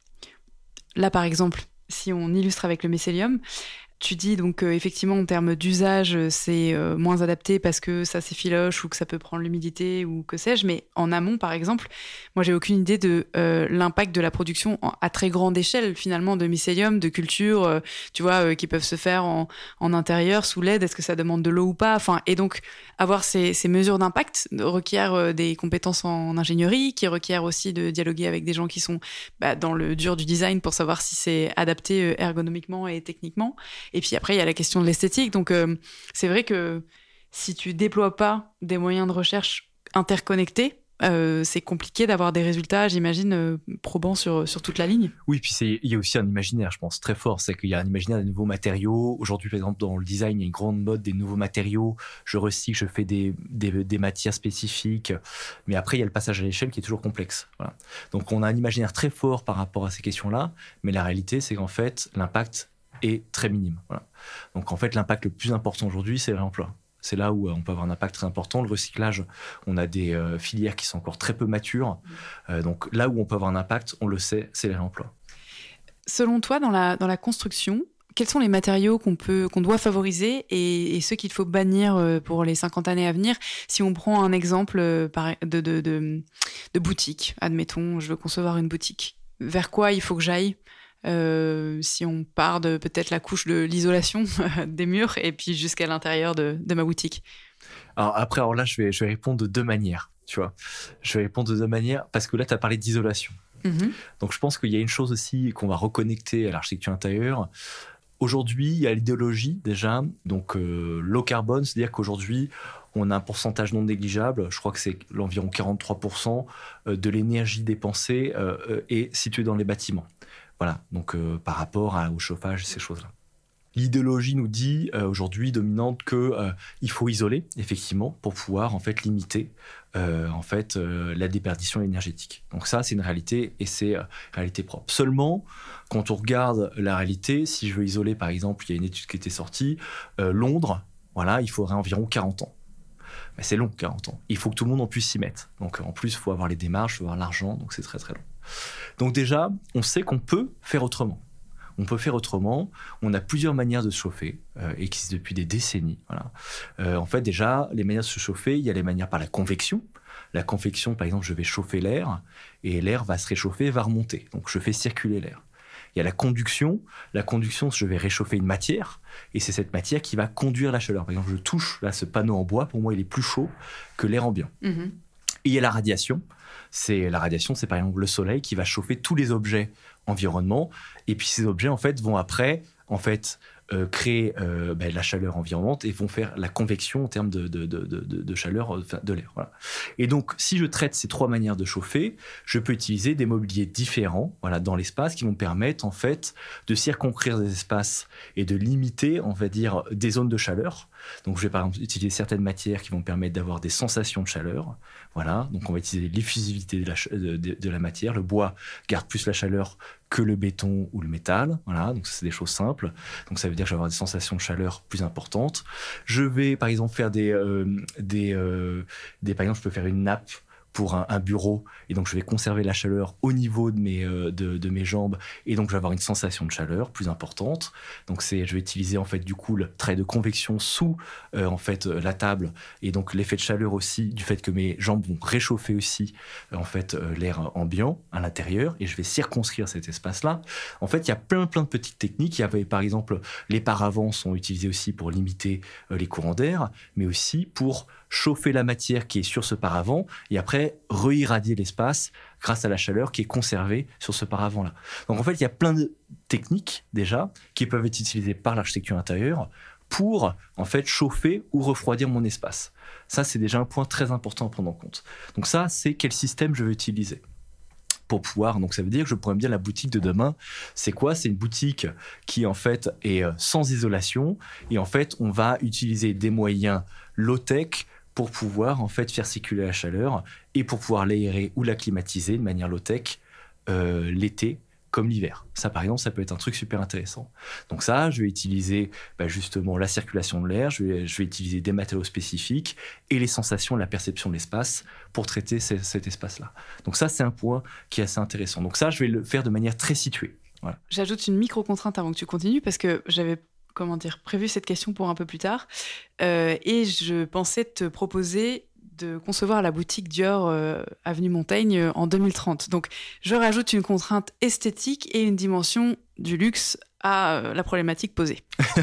Speaker 3: Là, par exemple, si on illustre avec le mycélium, tu dis donc euh, effectivement en termes d'usage c'est euh, moins adapté parce que ça s'effiloche ou que ça peut prendre l'humidité ou que sais-je, mais en amont par exemple, moi j'ai aucune idée de euh, l'impact de la production en, à très grande échelle finalement de mycélium, de cultures, euh, tu vois, euh, qui peuvent se faire en, en intérieur sous L E D, est-ce que ça demande de l'eau ou pas, enfin, et donc avoir ces, ces mesures d'impact requiert euh, des compétences en ingénierie, qui requiert aussi de dialoguer avec des gens qui sont bah, dans le dur du design pour savoir si c'est adapté ergonomiquement et techniquement. Et puis après, il y a la question de l'esthétique. Donc, euh, c'est vrai que si tu déploies pas des moyens de recherche interconnectés, euh, c'est compliqué d'avoir des résultats, j'imagine, euh, probants sur, sur toute la ligne.
Speaker 4: Oui, puis c'est, il y a aussi un imaginaire, je pense, très fort. C'est qu'il y a un imaginaire des nouveaux matériaux. Aujourd'hui, par exemple, dans le design, il y a une grande mode des nouveaux matériaux. Je recycle, je fais des, des, des matières spécifiques. Mais après, il y a le passage à l'échelle qui est toujours complexe. Voilà. Donc, on a un imaginaire très fort par rapport à ces questions-là. Mais la réalité, c'est qu'en fait, l'impact est très minime. Voilà. Donc en fait, l'impact le plus important aujourd'hui, c'est le réemploi. C'est là où on peut avoir un impact très important. Le recyclage, on a des euh, filières qui sont encore très peu matures. Euh, donc là où on peut avoir un impact, on le sait, c'est le réemploi.
Speaker 3: Selon toi, dans la, dans la construction, quels sont les matériaux qu'on peut, qu'on doit favoriser et, et ceux qu'il faut bannir pour les cinquante années à venir? Si on prend un exemple de, de, de, de, de boutique, admettons, je veux concevoir une boutique. Vers quoi il faut que j'aille? Euh, si on part de peut-être la couche de l'isolation des murs et puis jusqu'à l'intérieur de, de ma boutique.
Speaker 4: Alors après, alors là, je vais, je vais répondre de deux manières, tu vois. Je vais répondre de deux manières parce que là, tu as parlé d'isolation. Mm-hmm. Donc je pense qu'il y a une chose aussi qu'on va reconnecter à l'architecture intérieure. Aujourd'hui, il y a l'idéologie déjà, donc euh, low carbone, c'est-à-dire qu'aujourd'hui, on a un pourcentage non négligeable, je crois que c'est l'environ quarante-trois pour cent de l'énergie dépensée euh, est située dans les bâtiments. Voilà, donc euh, par rapport à, au chauffage, ces choses-là. L'idéologie nous dit euh, aujourd'hui dominante que euh, il faut isoler effectivement pour pouvoir en fait limiter euh, en fait euh, la déperdition énergétique. Donc ça c'est une réalité et c'est euh, réalité propre. Seulement quand on regarde la réalité, si je veux isoler par exemple, il y a une étude qui était sortie, euh, Londres, voilà, il faudrait environ quarante ans. Mais c'est long, quarante ans. Il faut que tout le monde en puisse s'y mettre. Donc en plus, il faut avoir les démarches, il faut avoir l'argent, donc c'est très très long. Donc déjà, on sait qu'on peut faire autrement. on peut faire autrement. On a plusieurs manières de se chauffer, euh, qui existent depuis des décennies. Voilà. Euh, en fait, déjà, les manières de se chauffer, il y a les manières par la convection. La convection, par exemple, je vais chauffer l'air et l'air va se réchauffer, va remonter. Donc, je fais circuler l'air. Il y a la conduction. La conduction, je vais réchauffer une matière et c'est cette matière qui va conduire la chaleur. Par exemple, je touche là ce panneau en bois. Pour moi, il est plus chaud que l'air ambiant. Mmh. Et il y a la radiation. C'est, la radiation, c'est par exemple le soleil qui va chauffer tous les objets environnement. Et puis, ces objets, en fait, vont après, en fait, Euh, créer euh, ben, la chaleur environnante et vont faire la convection en termes de, de, de, de, de chaleur de, de l'air. Voilà. Et donc, si je traite ces trois manières de chauffer, je peux utiliser des mobiliers différents voilà, dans l'espace qui vont me permettre en fait, de circonscrire des espaces et de limiter, on va dire, des zones de chaleur. Donc, je vais par exemple utiliser certaines matières qui vont me permettre d'avoir des sensations de chaleur. Voilà. Donc, on va utiliser l'effusivité de la, de, de, de la matière. Le bois garde plus la chaleur que le béton ou le métal. Voilà, donc ça, c'est des choses simples. Donc ça veut dire que je vais avoir des sensations de chaleur plus importantes. Je vais, par exemple, faire des... Euh, des, euh, des par exemple, je peux faire une nappe pour un, un bureau, et donc je vais conserver la chaleur au niveau de mes, euh, de, de mes jambes, et donc je vais avoir une sensation de chaleur plus importante. Donc c'est, je vais utiliser en fait du coup le trait de convection sous euh, en fait la table, et donc l'effet de chaleur aussi du fait que mes jambes vont réchauffer aussi euh, en fait euh, l'air ambiant à l'intérieur, et je vais circonscrire cet espace-là. En fait, il y a plein plein de petites techniques. Il y avait par exemple les paravents sont utilisés aussi pour limiter euh, les courants d'air, mais aussi pour chauffer la matière qui est sur ce paravent et après re-irradier l'espace grâce à la chaleur qui est conservée sur ce paravent-là. Donc en fait, il y a plein de techniques déjà qui peuvent être utilisées par l'architecture intérieure pour en fait chauffer ou refroidir mon espace. Ça, c'est déjà un point très important à prendre en compte. Donc ça, c'est quel système je vais utiliser pour pouvoir, donc ça veut dire que je pourrais me dire la boutique de demain, c'est quoi ? C'est une boutique qui en fait est sans isolation et en fait, on va utiliser des moyens low-tech pour pouvoir en fait faire circuler la chaleur et pour pouvoir l'aérer ou la climatiser de manière low-tech euh, l'été comme l'hiver. Ça, par exemple, ça peut être un truc super intéressant. Donc ça, je vais utiliser bah, justement la circulation de l'air, je vais, je vais utiliser des matériaux spécifiques et les sensations, la perception de l'espace pour traiter c- cet espace-là. Donc ça, c'est un point qui est assez intéressant. Donc ça, je vais le faire de manière très située. Voilà.
Speaker 3: J'ajoute une micro-contrainte avant que tu continues parce que j'avais comment dire, prévu cette question pour un peu plus tard. Euh, et je pensais te proposer de concevoir la boutique Dior euh, Avenue Montaigne en deux mille trente. Donc, je rajoute une contrainte esthétique et une dimension du luxe à euh, la problématique posée.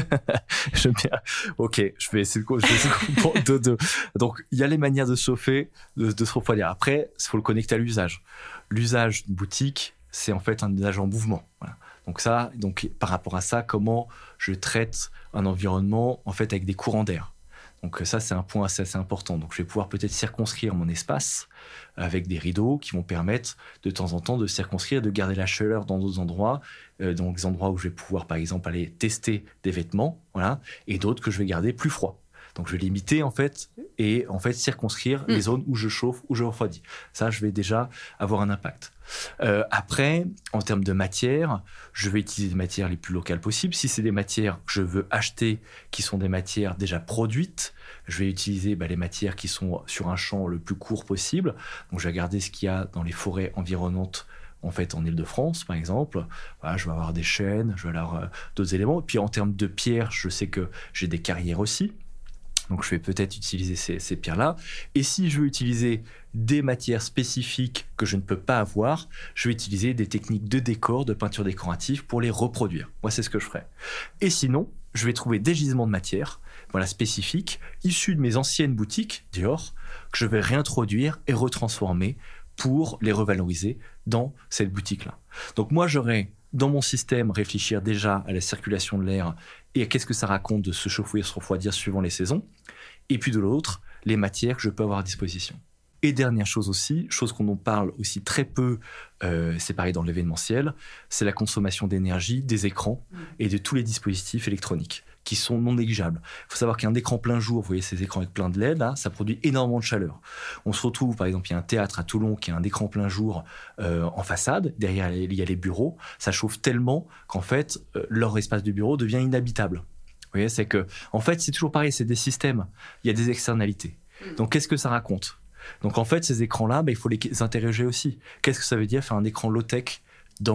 Speaker 4: J'aime bien. Ok, je vais essayer de, je vais essayer de comprendre. De, de. Donc, il y a les manières de chauffer, de, de se refroidir. Après, il faut le connecter à l'usage. L'usage d'une boutique, c'est en fait un usage en mouvement. Voilà. Donc ça, donc par rapport à ça, comment je traite un environnement en fait avec des courants d'air. Donc ça, c'est un point assez, assez important. Donc je vais pouvoir peut-être circonscrire mon espace avec des rideaux qui vont permettre de temps en temps de circonscrire, de garder la chaleur dans d'autres endroits, euh, dans des endroits où je vais pouvoir par exemple aller tester des vêtements, voilà, et d'autres que je vais garder plus froids. Donc je vais limiter en fait et en fait circonscrire mmh. les zones où je chauffe, où je refroidis. Ça, je vais déjà avoir un impact. Euh, après, en termes de matière, je vais utiliser des matières les plus locales possibles. Si c'est des matières que je veux acheter, qui sont des matières déjà produites, je vais utiliser bah, les matières qui sont sur un champ le plus court possible. Donc je vais regarder ce qu'il y a dans les forêts environnantes en fait en Île-de-France par exemple. Voilà, je vais avoir des chênes, je vais avoir euh, d'autres éléments. Et puis en termes de pierres, je sais que j'ai des carrières aussi. Donc, je vais peut-être utiliser ces, ces pierres-là. Et si je veux utiliser des matières spécifiques que je ne peux pas avoir, je vais utiliser des techniques de décor, de peinture décorative pour les reproduire. Moi, c'est ce que je ferai. Et sinon, je vais trouver des gisements de matières voilà, spécifiques, issus de mes anciennes boutiques Dior, que je vais réintroduire et retransformer pour les revaloriser dans cette boutique-là. Donc, moi, j'aurais dans mon système réfléchir déjà à la circulation de l'air et à qu'est-ce que ça raconte de se chauffer et se refroidir suivant les saisons. Et puis de l'autre, les matières que je peux avoir à disposition. Et dernière chose aussi, chose qu'on en parle aussi très peu, euh, c'est pareil dans l'événementiel, c'est la consommation d'énergie des écrans et de tous les dispositifs électroniques qui sont non négligeables. Il faut savoir qu'un écran plein jour, vous voyez ces écrans avec plein de L E D, là, ça produit énormément de chaleur. On se retrouve, par exemple, il y a un théâtre à Toulon qui a un écran plein jour euh, en façade, derrière il y a les bureaux, ça chauffe tellement qu'en fait, euh, leur espace de bureau devient inhabitable. Vous voyez, c'est que, en fait, c'est toujours pareil, c'est des systèmes, il y a des externalités. Donc, qu'est-ce que ça raconte ? Donc, en fait, ces écrans-là, bah, il faut les interroger aussi. Qu'est-ce que ça veut dire faire un écran low-tech dans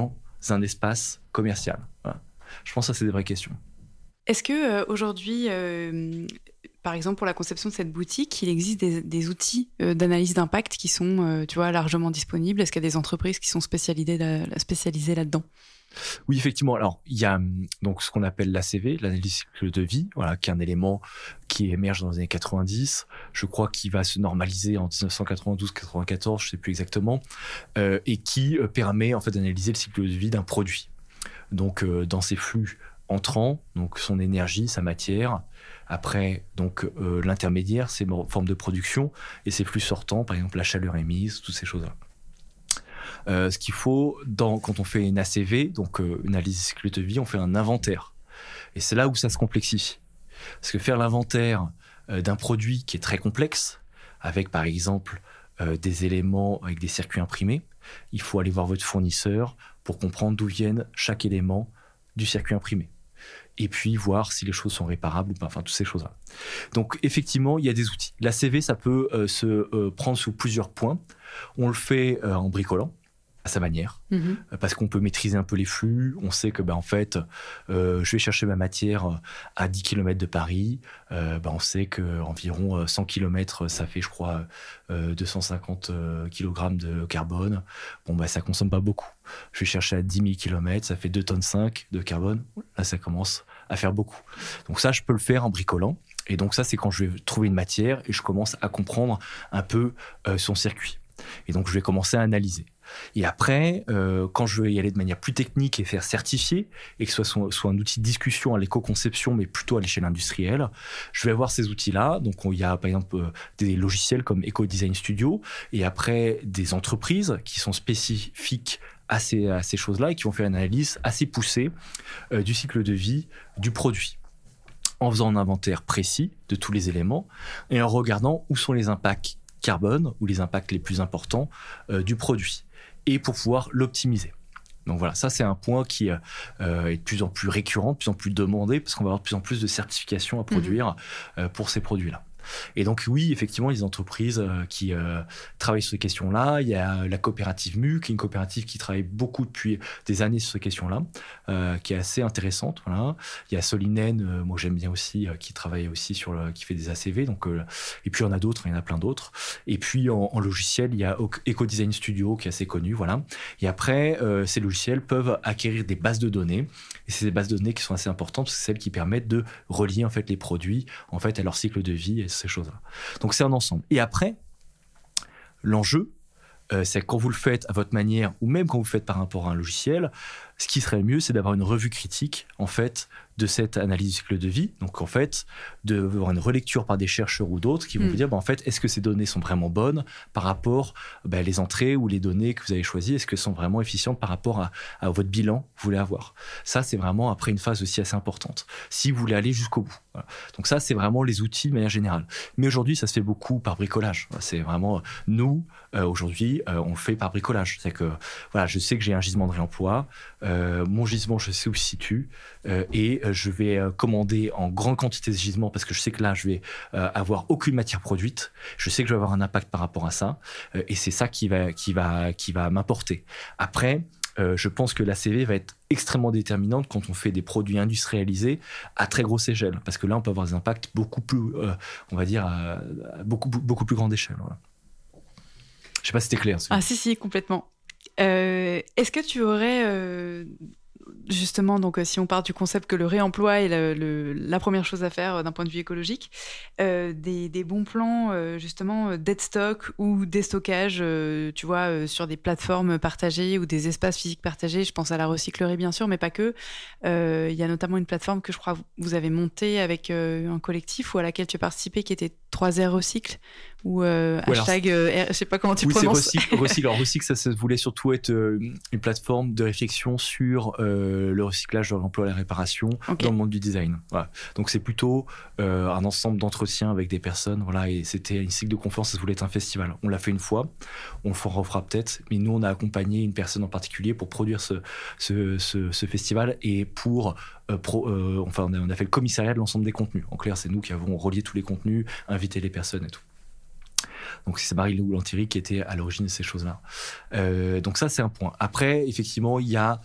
Speaker 4: un espace commercial. Voilà. Je pense que ça, c'est des vraies questions.
Speaker 3: Est-ce que euh, aujourd'hui, euh, par exemple pour la conception de cette boutique, il existe des, des outils euh, d'analyse d'impact qui sont, euh, tu vois, largement disponibles? Est-ce qu'il y a des entreprises qui sont spécialisées, là, spécialisées là-dedans?
Speaker 4: Oui, effectivement. Alors, il y a donc ce qu'on appelle l'A C V, l'analyse cycle de vie, voilà, qui est un élément qui émerge dans les années quatre-vingt-dix. Je crois qu'il va se normaliser en dix-neuf cent quatre-vingt-douze quatre-vingt-quatorze, je ne sais plus exactement, euh, et qui euh, permet en fait d'analyser le cycle de vie d'un produit. Donc, euh, dans ses flux entrants, donc son énergie, sa matière. Après, donc euh, l'intermédiaire, c'est une forme de production, et ses flux sortants, par exemple la chaleur émise, toutes ces choses-là. Euh, ce qu'il faut, dans, quand on fait une A C V, donc euh, une analyse cycle de vie, on fait un inventaire. Et c'est là où ça se complexifie. Parce que faire l'inventaire euh, d'un produit qui est très complexe, avec par exemple euh, des éléments avec des circuits imprimés, il faut aller voir votre fournisseur pour comprendre d'où viennent chaque élément du circuit imprimé. Et puis voir si les choses sont réparables ou pas, enfin toutes ces choses-là. Donc effectivement, il y a des outils. L'A C V, ça peut euh, se euh, prendre sous plusieurs points. On le fait euh, en bricolant, à sa manière, mmh. parce qu'on peut maîtriser un peu les flux. On sait que, ben, en fait, euh, je vais chercher ma matière à dix kilomètres de Paris. Euh, ben, on sait qu'environ cent kilomètres, ça fait, je crois, euh, deux cent cinquante kilogrammes de carbone. Bon, ben, ça consomme pas beaucoup. Je vais chercher à dix mille kilomètres, ça fait deux tonnes cinq de carbone. Là, ça commence à faire beaucoup. Donc ça, je peux le faire en bricolant. Et donc ça, c'est quand je vais trouver une matière et je commence à comprendre un peu euh, son circuit. Et donc, je vais commencer à analyser. Et après, euh, quand je veux y aller de manière plus technique et faire certifier, et que ce soit, soit un outil de discussion à l'éco-conception, mais plutôt à l'échelle industrielle, je vais avoir ces outils-là. Donc, il y a par exemple euh, des logiciels comme Eco Design Studio, et après des entreprises qui sont spécifiques à ces, à ces choses-là et qui vont faire une analyse assez poussée euh, du cycle de vie du produit, en faisant un inventaire précis de tous les éléments et en regardant où sont les impacts carbone ou les impacts les plus importants euh, du produit, et pour pouvoir l'optimiser. Donc voilà, ça c'est un point qui euh, est de plus en plus récurrent, de plus en plus demandé, parce qu'on va avoir de plus en plus de certifications à produire mmh. euh, pour ces produits-là. Et donc oui, effectivement, les entreprises euh, qui euh, travaillent sur ces questions-là, il y a la coopérative M U, qui est une coopérative qui travaille beaucoup depuis des années sur ces questions-là, euh, qui est assez intéressante. Voilà. Il y a Solinen, euh, moi j'aime bien aussi, euh, qui travaille aussi sur le, qui fait des A C V. Donc, euh, et puis il y en a d'autres, il y en a plein d'autres. Et puis en, en logiciel, il y a Eco Design Studio qui est assez connu. Voilà. Et après, euh, ces logiciels peuvent acquérir des bases de données. Et c'est des bases de données qui sont assez importantes, parce que c'est celles qui permettent de relier en fait les produits en fait à leur cycle de vie et ces choses-là. Donc c'est un ensemble. Et après, l'enjeu, euh, c'est que quand vous le faites à votre manière, ou même quand vous le faites par rapport à un logiciel, ce qui serait le mieux, c'est d'avoir une revue critique en fait de cette analyse du cycle de vie. Donc en fait, d'avoir une relecture par des chercheurs ou d'autres qui vont mmh. vous dire, bah, en fait, est-ce que ces données sont vraiment bonnes par rapport bah, les entrées ou les données que vous avez choisies, est-ce qu'elles sont vraiment efficientes par rapport à, à votre bilan que vous voulez avoir. Ça, c'est vraiment après une phase aussi assez importante, si vous voulez aller jusqu'au bout. Voilà. Donc ça, c'est vraiment les outils de manière générale. Mais aujourd'hui, ça se fait beaucoup par bricolage. C'est vraiment, nous, euh, aujourd'hui, euh, on le fait par bricolage. C'est que, voilà, je sais que j'ai un gisement de réemploi, euh, mon gisement, je sais où il se situe, euh, et je vais commander en grande quantité de gisement parce que je sais que là, je vais euh, avoir aucune matière produite. Je sais que je vais avoir un impact par rapport à ça. Euh, et c'est ça qui va, qui va, qui va m'apporter. Après, euh, je pense que l'A C V va être extrêmement déterminante quand on fait des produits industrialisés à très grosse échelle. Parce que là, on peut avoir des impacts beaucoup plus, euh, on va dire, à, à beaucoup, beaucoup plus grande échelle. Voilà. Je ne sais pas si c'était clair.
Speaker 3: Ah si, si, complètement. Euh, est-ce que tu aurais... Euh... Justement, donc, si on part du concept que le réemploi est le, le, la première chose à faire d'un point de vue écologique, euh, des, des bons plans, euh, justement, dead stock ou déstockage, euh, tu vois, euh, sur des plateformes partagées ou des espaces physiques partagés. Je pense à la recyclerie, bien sûr, mais pas que. Euh, il y a notamment une plateforme que je crois vous avez montée avec euh, un collectif ou à laquelle tu as participé qui était trois R Recycle ou euh, ouais, hashtag, alors, euh, je sais pas comment tu
Speaker 4: oui,
Speaker 3: prononces.
Speaker 4: Oui, c'est Recycle. Alors, Recycle, ça, ça voulait surtout être euh, une plateforme de réflexion sur euh, le recyclage, de l'emploi et la réparation okay. dans le monde du design. Voilà. Donc, c'est plutôt euh, un ensemble d'entretiens avec des personnes. Voilà, et c'était une cycle de conférence, ça voulait être un festival. On l'a fait une fois, on le refera peut-être, mais nous, on a accompagné une personne en particulier pour produire ce, ce, ce, ce festival et pour... Euh, pro, euh, enfin, on a, on a fait le commissariat de l'ensemble des contenus. En clair, c'est nous qui avons relié tous les contenus, invité les personnes et tout. Donc c'est Marie-Lou Lantieri qui était à l'origine de ces choses-là. Euh, donc ça, c'est un point. Après, effectivement, il y a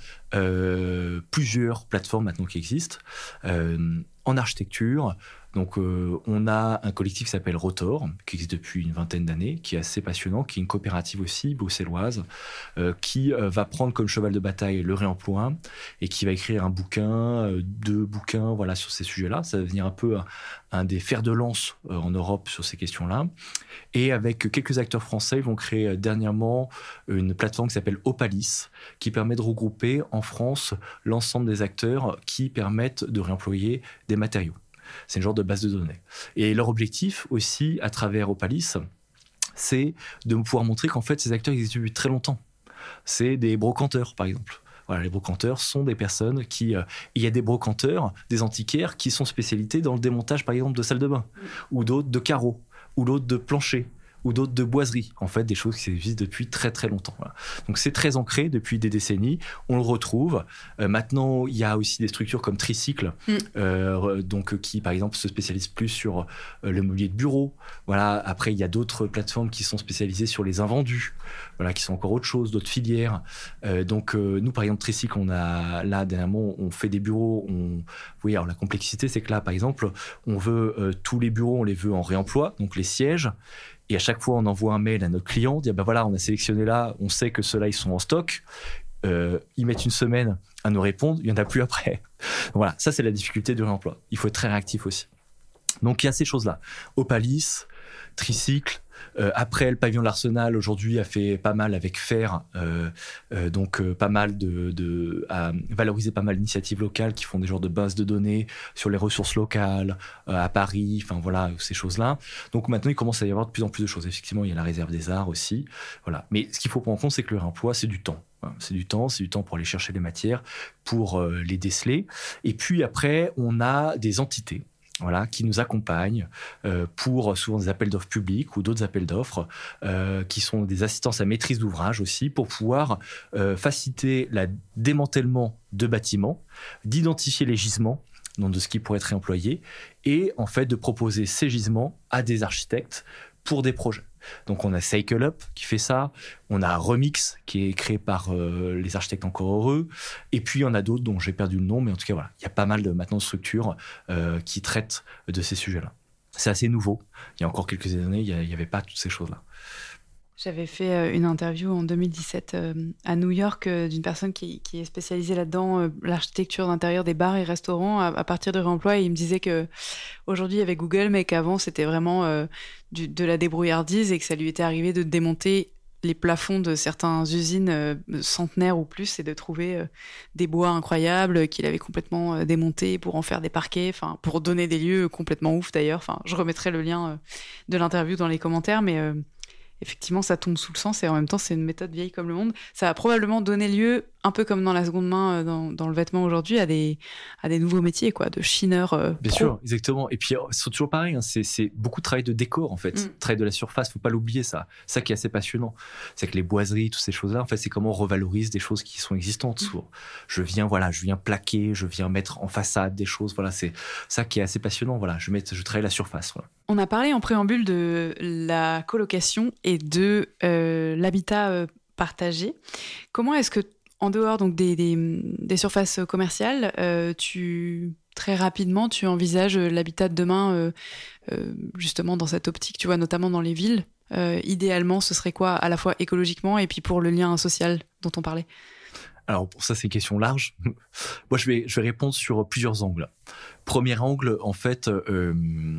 Speaker 4: euh, plusieurs plateformes maintenant qui existent. Euh, en architecture, donc euh, on a un collectif qui s'appelle Rotor, qui existe depuis une vingtaine d'années, qui est assez passionnant, qui est une coopérative aussi bruxelloise, euh, qui euh, va prendre comme cheval de bataille le réemploi et qui va écrire un bouquin, euh, deux bouquins, voilà, sur ces sujets-là. Ça va devenir un peu un, un des fers de lance euh, en Europe sur ces questions-là. Et avec quelques acteurs français, ils vont créer euh, dernièrement une plateforme qui s'appelle Opalis, qui permet de regrouper en France l'ensemble des acteurs qui permettent de réemployer des matériaux. C'est une genre de base de données. Et leur objectif aussi, à travers Opalis, c'est de pouvoir montrer qu'en fait, ces acteurs existent depuis très longtemps. C'est des brocanteurs, par exemple. Voilà, les brocanteurs sont des personnes qui... Euh, il y a des brocanteurs, des antiquaires, qui sont spécialisés dans le démontage, par exemple, de salles de bain, ou d'autres de carreaux, ou d'autres de planchers, ou d'autres de boiseries, en fait, des choses qui existent depuis très très longtemps. Voilà. Donc c'est très ancré depuis des décennies, on le retrouve. Euh, maintenant, il y a aussi des structures comme Tricycle, mm. euh, donc, qui par exemple se spécialisent plus sur euh, le mobilier de bureau. Voilà. Après, il y a d'autres plateformes qui sont spécialisées sur les invendus, voilà, qui sont encore autre chose, d'autres filières. Euh, donc euh, nous, par exemple, Tricycle, on a là, dernièrement, on fait des bureaux. On... Oui, alors la complexité, c'est que là, par exemple, on veut euh, tous les bureaux, on les veut en réemploi, donc les sièges. Et à chaque fois, on envoie un mail à notre client, on dit ah ben voilà, on a sélectionné là, on sait que ceux-là, ils sont en stock. Euh, ils mettent une semaine à nous répondre, il n'y en a plus après. Voilà, ça, c'est la difficulté du réemploi. Il faut être très réactif aussi. Donc, il y a ces choses-là. Opalis, Tricycle. Euh, après, le pavillon de l'Arsenal, aujourd'hui, a fait pas mal avec Fer, euh, euh, donc euh, pas mal de, de à valoriser pas mal d'initiatives locales qui font des genres de bases de données sur les ressources locales, euh, à Paris, enfin voilà, ces choses-là. Donc maintenant, il commence à y avoir de plus en plus de choses. Effectivement, il y a la réserve des arts aussi. Voilà. Mais ce qu'il faut prendre en compte, c'est que le réemploi, c'est du temps. C'est du temps, c'est du temps pour aller chercher les matières, pour euh, les déceler. Et puis après, on a des entités. Voilà, qui nous accompagnent euh, pour souvent des appels d'offres publics ou d'autres appels d'offres euh, qui sont des assistances à maîtrise d'ouvrage aussi pour pouvoir euh, faciliter le démantèlement de bâtiments, d'identifier les gisements donc de ce qui pourrait être réemployé et en fait de proposer ces gisements à des architectes pour des projets. Donc on a Cycle Up qui fait ça, on a Remix qui est créé par euh, les architectes encore heureux, et puis il y en a d'autres dont j'ai perdu le nom, mais en tout cas voilà, il y a pas mal de maintenant de structures euh, qui traitent de ces sujets-là. C'est assez nouveau. Il y a encore quelques années, il n'y avait pas toutes ces choses-là.
Speaker 3: J'avais fait une interview en deux mille dix-sept euh, à New York euh, d'une personne qui, qui est spécialisée là-dedans, euh, l'architecture d'intérieur des bars et restaurants à, à partir de réemploi. Et il me disait que aujourd'hui il y avait Google, mais qu'avant c'était vraiment euh, du, de la débrouillardise et que ça lui était arrivé de démonter les plafonds de certaines usines euh, centenaires ou plus et de trouver euh, des bois incroyables qu'il avait complètement euh, démontés pour en faire des parquets, enfin pour donner des lieux complètement ouf d'ailleurs. Enfin, je remettrai le lien euh, de l'interview dans les commentaires, mais euh, effectivement, ça tombe sous le sens et en même temps, c'est une méthode vieille comme le monde. Ça a probablement donné lieu, un peu comme dans la seconde main, dans, dans le vêtement aujourd'hui, à des, à des nouveaux métiers, quoi, de chineur. Euh,
Speaker 4: Bien
Speaker 3: pro.
Speaker 4: sûr, exactement. Et puis, c'est toujours pareil, hein, c'est, c'est beaucoup de travail de décor, en fait. Mm. Travail de la surface, faut pas l'oublier, ça. Ça qui est assez passionnant. C'est que les boiseries, toutes ces choses-là, en fait, c'est comment on revalorise des choses qui sont existantes. Mm. Je viens, voilà, je viens plaquer, je viens mettre en façade des choses, voilà, c'est ça qui est assez passionnant, voilà. Je, mets, je travaille la surface, voilà.
Speaker 3: On a parlé en préambule de la colocation et de euh, l'habitat euh, partagé. Comment est-ce que, en dehors donc, des, des, des surfaces commerciales, euh, tu, très rapidement, tu envisages l'habitat de demain euh, euh, justement dans cette optique, tu vois, notamment dans les villes euh, idéalement, ce serait quoi, à la fois écologiquement et puis pour le lien social dont on parlait?
Speaker 4: Alors, pour ça, c'est une question large. Moi, je vais, je vais répondre sur plusieurs angles. Premier angle, en fait, euh,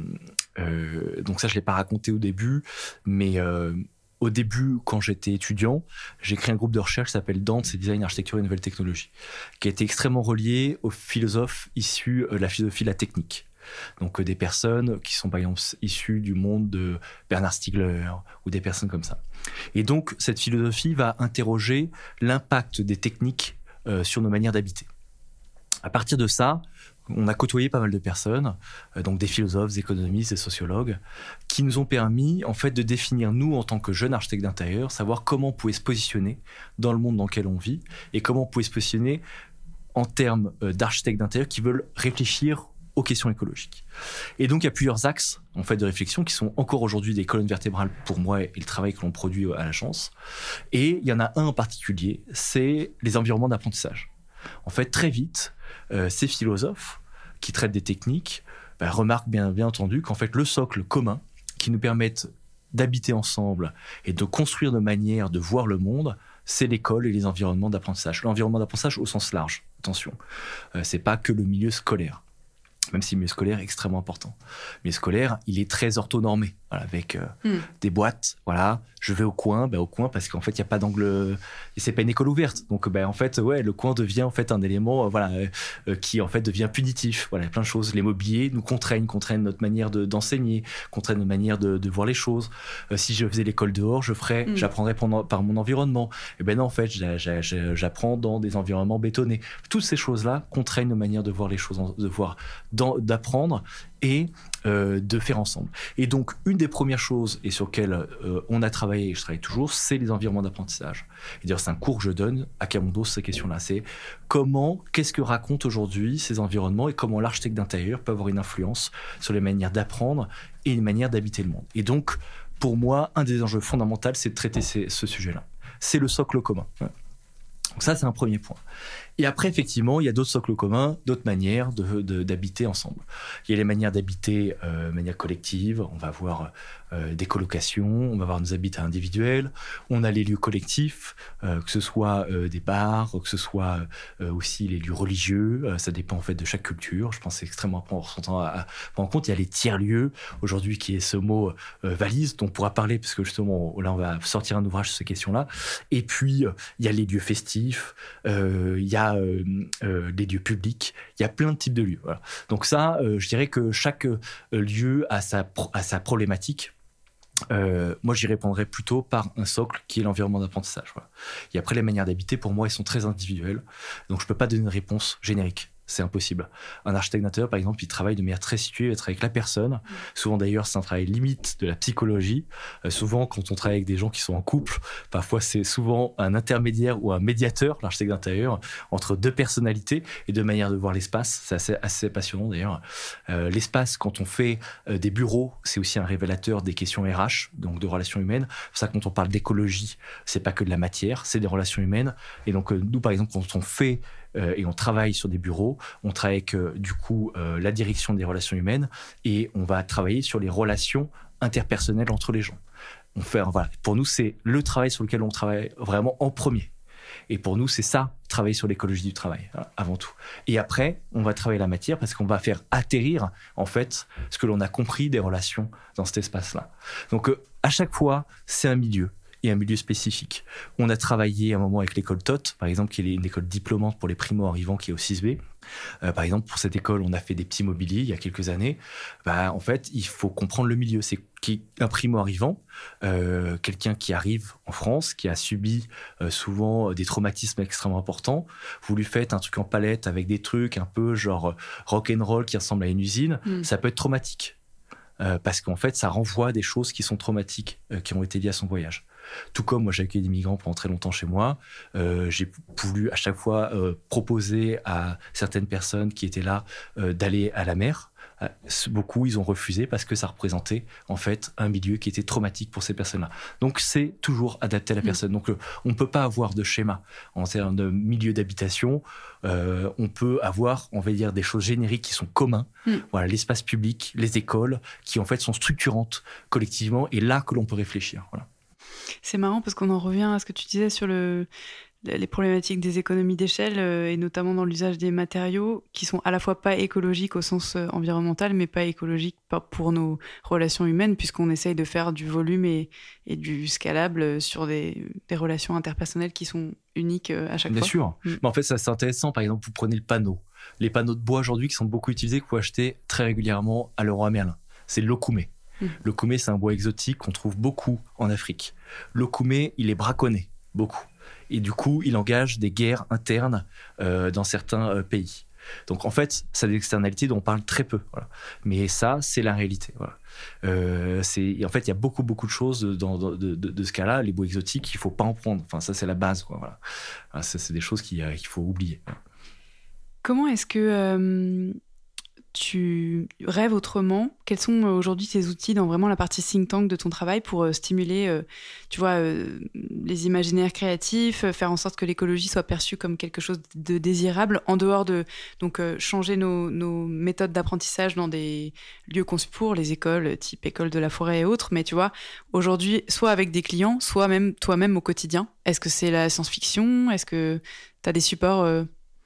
Speaker 4: euh, donc ça, je ne l'ai pas raconté au début, mais euh, au début, quand j'étais étudiant, j'ai créé un groupe de recherche qui s'appelle Dante, c'est Design, Architecture et Nouvelles Technologies, qui a été extrêmement relié aux philosophes issus de la philosophie de la technique. Donc euh, des personnes qui sont par exemple issues du monde de Bernard Stiegler ou des personnes comme ça. Et donc cette philosophie va interroger l'impact des techniques euh, sur nos manières d'habiter. À partir de ça, on a côtoyé pas mal de personnes, euh, donc des philosophes, des économistes, des sociologues, qui nous ont permis en fait de définir nous en tant que jeunes architectes d'intérieur, savoir comment on pouvait se positionner dans le monde dans lequel on vit et comment on pouvait se positionner en termes euh, d'architectes d'intérieur qui veulent réfléchir aux questions écologiques. Et donc, il y a plusieurs axes en fait, de réflexion qui sont encore aujourd'hui des colonnes vertébrales pour moi et le travail que l'on produit à la Chance. Et il y en a un en particulier, c'est les environnements d'apprentissage. En fait, très vite, euh, ces philosophes qui traitent des techniques bah, remarquent bien, bien entendu qu'en fait, le socle commun qui nous permettent d'habiter ensemble et de construire nos manières de voir le monde, c'est l'école et les environnements d'apprentissage. L'environnement d'apprentissage au sens large, attention. Euh, c'est pas que le milieu scolaire, même si le milieu scolaire est extrêmement important. Le milieu scolaire, il est très orthonormé, voilà, avec euh, mm. des boîtes, voilà. Je vais au coin, ben, au coin parce qu'en fait, il n'y a pas d'angle, et c'est pas une école ouverte. Donc, ben, en fait, ouais, le coin devient en fait un élément, euh, voilà, euh, qui en fait devient punitif. Voilà, plein de choses. Les mobiliers nous contraignent, contraignent notre manière de, d'enseigner, contraignent notre manière de, de voir les choses. Euh, si je faisais l'école dehors, je ferais, mm. j'apprendrais pendant, par mon environnement. Et ben non, en fait, j'a, j'a, j'a, j'apprends dans des environnements bétonnés. Toutes ces choses-là contraignent nos manières de voir les choses, de voir, dans, d'apprendre et euh, de faire ensemble. Et donc, une des premières choses et sur lesquelles euh, on a travaillé, et je travaille toujours, c'est les environnements d'apprentissage. Et d'ailleurs, c'est un cours que je donne à Camondo, ces questions-là. C'est comment, qu'est-ce que racontent aujourd'hui ces environnements et comment l'architecte d'intérieur peut avoir une influence sur les manières d'apprendre et les manières d'habiter le monde. Et donc, pour moi, un des enjeux fondamentaux, c'est de traiter ces, ce sujet-là. C'est le socle commun. Donc ça, c'est un premier point. Et après, effectivement, il y a d'autres socles communs, d'autres manières de, de, d'habiter ensemble. Il y a les manières d'habiter euh, de manière collective. On va avoir euh, des colocations, on va avoir nos habitats individuels. On a les lieux collectifs, euh, que ce soit euh, des bars, que ce soit euh, aussi les lieux religieux. Euh, ça dépend en fait de chaque culture. Je pense que c'est extrêmement important à, à prendre en compte. Il y a les tiers-lieux, aujourd'hui, qui est ce mot euh, valise dont on pourra parler, parce que justement, là, on va sortir un ouvrage sur ces questions-là. Et puis, euh, il y a les lieux festifs, euh, il y a Euh, euh, des lieux publics, il y a plein de types de lieux. Voilà. Donc ça, euh, je dirais que chaque euh, lieu a sa, pro- a sa problématique. Euh, moi, j'y répondrais plutôt par un socle qui est l'environnement d'apprentissage. Voilà. Et après, les manières d'habiter, pour moi, elles sont très individuelles. Donc, je ne peux pas donner une réponse générique. C'est impossible. Un architecte d'intérieur, par exemple, il travaille de manière très située, il travaille avec la personne. Mmh. Souvent, d'ailleurs, c'est un travail limite de la psychologie. Euh, souvent, quand on travaille avec des gens qui sont en couple, parfois, c'est souvent un intermédiaire ou un médiateur, l'architecte d'intérieur, entre deux personnalités et deux manières de voir l'espace. C'est assez, assez passionnant, d'ailleurs. Euh, l'espace, quand on fait euh, des bureaux, c'est aussi un révélateur des questions R H, donc de relations humaines. C'est pour ça que quand on parle d'écologie, c'est pas que de la matière, c'est des relations humaines. Et donc, euh, nous, par exemple, quand on fait Euh, et on travaille sur des bureaux, on travaille avec euh, du coup euh, la direction des relations humaines et on va travailler sur les relations interpersonnelles entre les gens. On fait, voilà, pour nous, c'est le travail sur lequel on travaille vraiment en premier. Et pour nous, c'est ça, travailler sur l'écologie du travail, voilà, avant tout. Et après, on va travailler la matière parce qu'on va faire atterrir, en fait, ce que l'on a compris des relations dans cet espace-là. Donc, euh, à chaque fois, c'est un milieu. Et un milieu spécifique. On a travaillé à un moment avec l'école T O T, par exemple, qui est une école diplômante pour les primo-arrivants qui est au six B. Euh, par exemple, pour cette école, on a fait des petits mobiliers il y a quelques années. Bah, en fait, il faut comprendre le milieu. C'est un primo-arrivant, euh, quelqu'un qui arrive en France, qui a subi euh, souvent des traumatismes extrêmement importants. Vous lui faites un truc en palette avec des trucs un peu genre rock'n'roll qui ressemble à une usine. Mmh. Ça peut être traumatique. Euh, parce qu'en fait, ça renvoie à des choses qui sont traumatiques, euh, qui ont été liées à son voyage. Tout comme moi, j'ai accueilli des migrants pendant très longtemps chez moi. Euh, j'ai voulu à chaque fois euh, proposer à certaines personnes qui étaient là euh, d'aller à la mer. Euh, beaucoup, ils ont refusé parce que ça représentait en fait un milieu qui était traumatique pour ces personnes-là. Donc, c'est toujours adapté à la personne. Donc, euh, on ne peut pas avoir de schéma en termes de milieu d'habitation. Euh, on peut avoir, on va dire, des choses génériques qui sont communs. Mm. Voilà, l'espace public, les écoles, qui en fait sont structurantes collectivement. Et là que l'on peut réfléchir. Voilà.
Speaker 3: C'est marrant parce qu'on en revient à ce que tu disais sur le, les problématiques des économies d'échelle euh, et notamment dans l'usage des matériaux qui sont à la fois pas écologiques au sens euh, environnemental mais pas écologiques pas pour nos relations humaines puisqu'on essaye de faire du volume et, et du scalable sur des, des relations interpersonnelles qui sont uniques euh, à chaque
Speaker 4: Bien
Speaker 3: fois.
Speaker 4: Bien sûr. Mm. Mais en fait, ça, c'est intéressant. Par exemple, vous prenez le panneau. Les panneaux de bois aujourd'hui qui sont beaucoup utilisés, que vous achetez très régulièrement à Leroy Merlin. C'est le lokoumé. Le koumé, c'est un bois exotique qu'on trouve beaucoup en Afrique. Le koumé, il est braconné, beaucoup. Et du coup, il engage des guerres internes euh, dans certains euh, pays. Donc, en fait, ça a des externalités dont on parle très peu. Voilà. Mais ça, c'est la réalité. Voilà. Euh, c'est, en fait, il y a beaucoup, beaucoup de choses dans, dans, de, de, de ce cas-là. Les bois exotiques, il ne faut pas en prendre. Enfin, ça, c'est la base. Quoi. Voilà. Enfin, ça, c'est des choses qu'il, euh, qu'il faut oublier.
Speaker 3: Comment est-ce que... Euh... tu rêves autrement. Quels sont euh, aujourd'hui tes outils dans vraiment la partie think tank de ton travail pour euh, stimuler, euh, tu vois, euh, les imaginaires créatifs, euh, faire en sorte que l'écologie soit perçue comme quelque chose de désirable, en dehors de donc euh, changer nos, nos méthodes d'apprentissage dans des lieux conçus pour les écoles, type école de la forêt et autres. Mais tu vois, aujourd'hui, soit avec des clients, soit même toi-même au quotidien. Est-ce que c'est la science-fiction ? Est-ce que tu as des supports euh,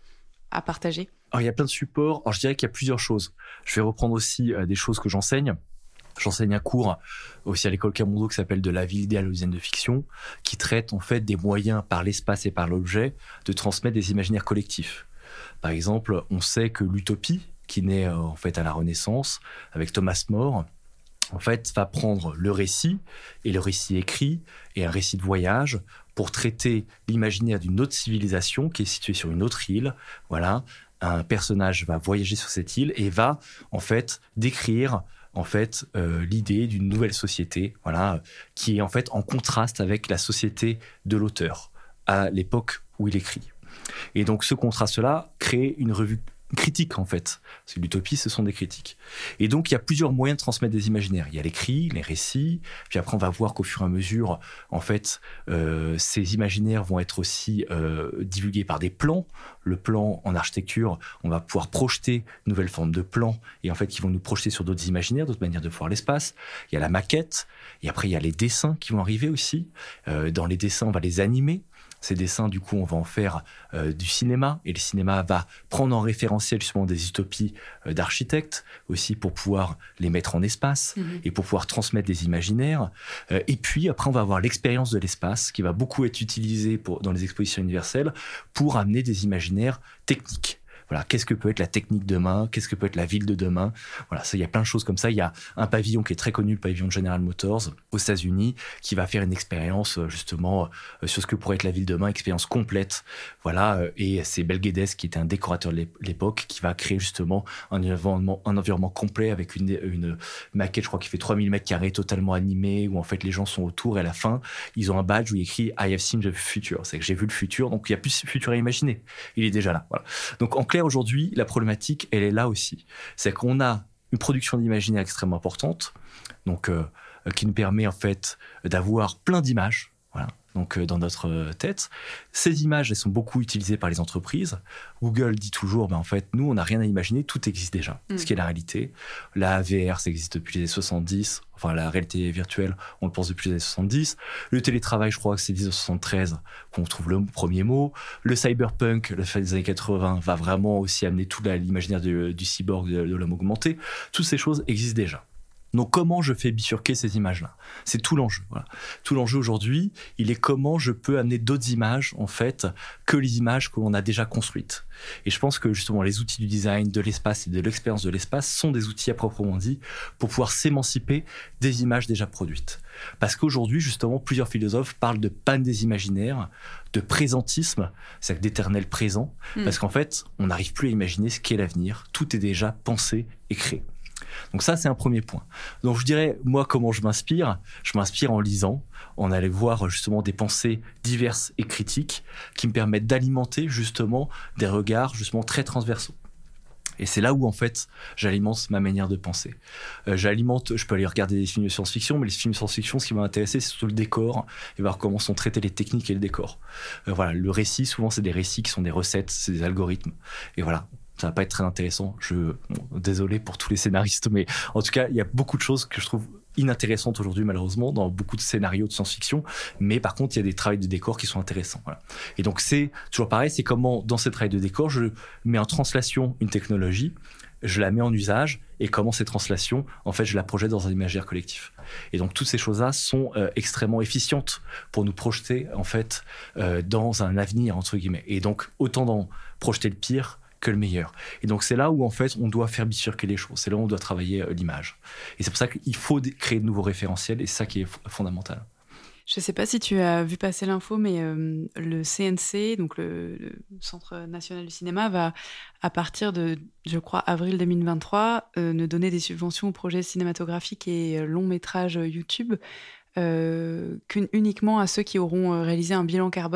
Speaker 3: à partager ?
Speaker 4: Alors, il y a plein de supports. Alors, je dirais qu'il y a plusieurs choses. Je vais reprendre aussi euh, des choses que j'enseigne. J'enseigne un cours aussi à l'école Camondo qui s'appelle « De la ville idéale aux dizaines de fiction » qui traite en fait des moyens par l'espace et par l'objet de transmettre des imaginaires collectifs. Par exemple, on sait que l'utopie, qui naît euh, en fait à la Renaissance avec Thomas More, en fait, va prendre le récit et le récit écrit et un récit de voyage pour traiter l'imaginaire d'une autre civilisation qui est située sur une autre île. Voilà. Un personnage va voyager sur cette île et va en fait décrire en fait euh, l'idée d'une nouvelle société, voilà, qui est en fait en contraste avec la société de l'auteur à l'époque où il écrit. Et donc ce contraste-là crée une revue critique en fait. Parce que l'utopie, ce sont des critiques. Et donc il y a plusieurs moyens de transmettre des imaginaires. Il y a l'écrit, les récits, puis après on va voir qu'au fur et à mesure, en fait, euh, ces imaginaires vont être aussi euh, divulgués par des plans. Le plan en architecture, on va pouvoir projeter de nouvelles formes de plans et en fait qui vont nous projeter sur d'autres imaginaires, d'autres manières de voir l'espace. Il y a la maquette et après il y a les dessins qui vont arriver aussi. Euh, dans les dessins, on va les animer. Ces dessins, du coup, on va en faire euh, du cinéma. Et le cinéma va prendre en référentiel justement des utopies euh, d'architectes aussi pour pouvoir les mettre en espace mmh. et pour pouvoir transmettre des imaginaires. Euh, et puis, après, on va avoir l'expérience de l'espace qui va beaucoup être utilisée pour, dans les expositions universelles pour amener des imaginaires techniques. Voilà, qu'est-ce que peut être la technique demain ? Qu'est-ce que peut être la ville de demain ? Voilà, ça, il y a plein de choses comme ça. Il y a un pavillon qui est très connu, le pavillon de General Motors aux États-Unis, qui va faire une expérience justement sur ce que pourrait être la ville demain, expérience complète. Voilà, et c'est Bel Geddes qui était un décorateur de l'époque, qui va créer justement un environnement, un environnement complet avec une, une maquette, je crois, qui fait trois mille mètres carrés, totalement animée, où en fait les gens sont autour et à la fin, ils ont un badge où il écrit I have seen the future. C'est que j'ai vu le futur, donc il n'y a plus de futur à imaginer. Il est déjà là. Voilà. Donc en aujourd'hui, la problématique, elle est là aussi. C'est qu'on a une production d'imaginaire extrêmement importante, donc euh, qui nous permet en fait d'avoir plein d'images, voilà, donc euh, dans notre tête. Ces images, elles sont beaucoup utilisées par les entreprises. Google dit toujours, ben en fait, nous, on n'a rien à imaginer, tout existe déjà. Mmh. Ce qui est la réalité. La V R, ça existe depuis les années soixante-dix. Enfin, la réalité virtuelle, on le pense depuis les années soixante-dix. Le télétravail, je crois que c'est dix-neuf cent soixante-treize qu'on trouve le premier mot. Le cyberpunk, le fait des années quatre-vingts, va vraiment aussi amener tout la, l'imaginaire du, du cyborg, de, de l'homme augmenté. Toutes ces choses existent déjà. Donc, comment je fais bifurquer ces images-là ? C'est tout l'enjeu. Voilà. Tout l'enjeu aujourd'hui, il est comment je peux amener d'autres images, en fait, que les images que l'on a déjà construites. Et je pense que, justement, les outils du design, de l'espace et de l'expérience de l'espace sont des outils, à proprement dit, pour pouvoir s'émanciper des images déjà produites. Parce qu'aujourd'hui, justement, plusieurs philosophes parlent de panne des imaginaires, de présentisme, c'est-à-dire d'éternel présent, mmh. parce qu'en fait, on n'arrive plus à imaginer ce qu'est l'avenir. Tout est déjà pensé et créé. Donc ça, c'est un premier point. Donc je dirais, moi, comment je m'inspire ? Je m'inspire en lisant, en allant voir justement des pensées diverses et critiques qui me permettent d'alimenter justement des regards justement très transversaux. Et c'est là où, en fait, j'alimente ma manière de penser. Euh, j'alimente, je peux aller regarder des films de science-fiction, mais les films de science-fiction, ce qui m'a intéressé, c'est surtout le décor, et voir comment sont traités les techniques et le décor. Euh, voilà, le récit, souvent, c'est des récits qui sont des recettes, c'est des algorithmes. Et voilà. Ça va pas être très intéressant. Je, bon, désolé pour tous les scénaristes, mais en tout cas, il y a beaucoup de choses que je trouve inintéressantes aujourd'hui, malheureusement, dans beaucoup de scénarios de science-fiction. Mais par contre, il y a des travails de décor qui sont intéressants. Voilà. Et donc, c'est toujours pareil. C'est comment, dans ces travails de décor, je mets en translation une technologie, je la mets en usage, et comment ces translations, en fait, je la projette dans un imaginaire collectif. Et donc, toutes ces choses-là sont euh, extrêmement efficientes pour nous projeter, en fait, euh, dans un avenir, entre guillemets. Et donc, autant dans projeter le pire que le meilleur. Et donc, c'est là où, en fait, on doit faire bifurquer les choses. C'est là où on doit travailler euh, l'image. Et c'est pour ça qu'il faut créer de nouveaux référentiels, et c'est ça qui est f- fondamental.
Speaker 3: Je ne sais pas si tu as vu passer l'info, mais euh, le C N C, donc le, le Centre national du cinéma, va, à partir de, je crois, avril deux mille vingt-trois, euh, ne donner des subventions aux projets cinématographiques et euh, longs métrages YouTube euh, qu'uniquement à ceux qui auront euh, réalisé un bilan carbone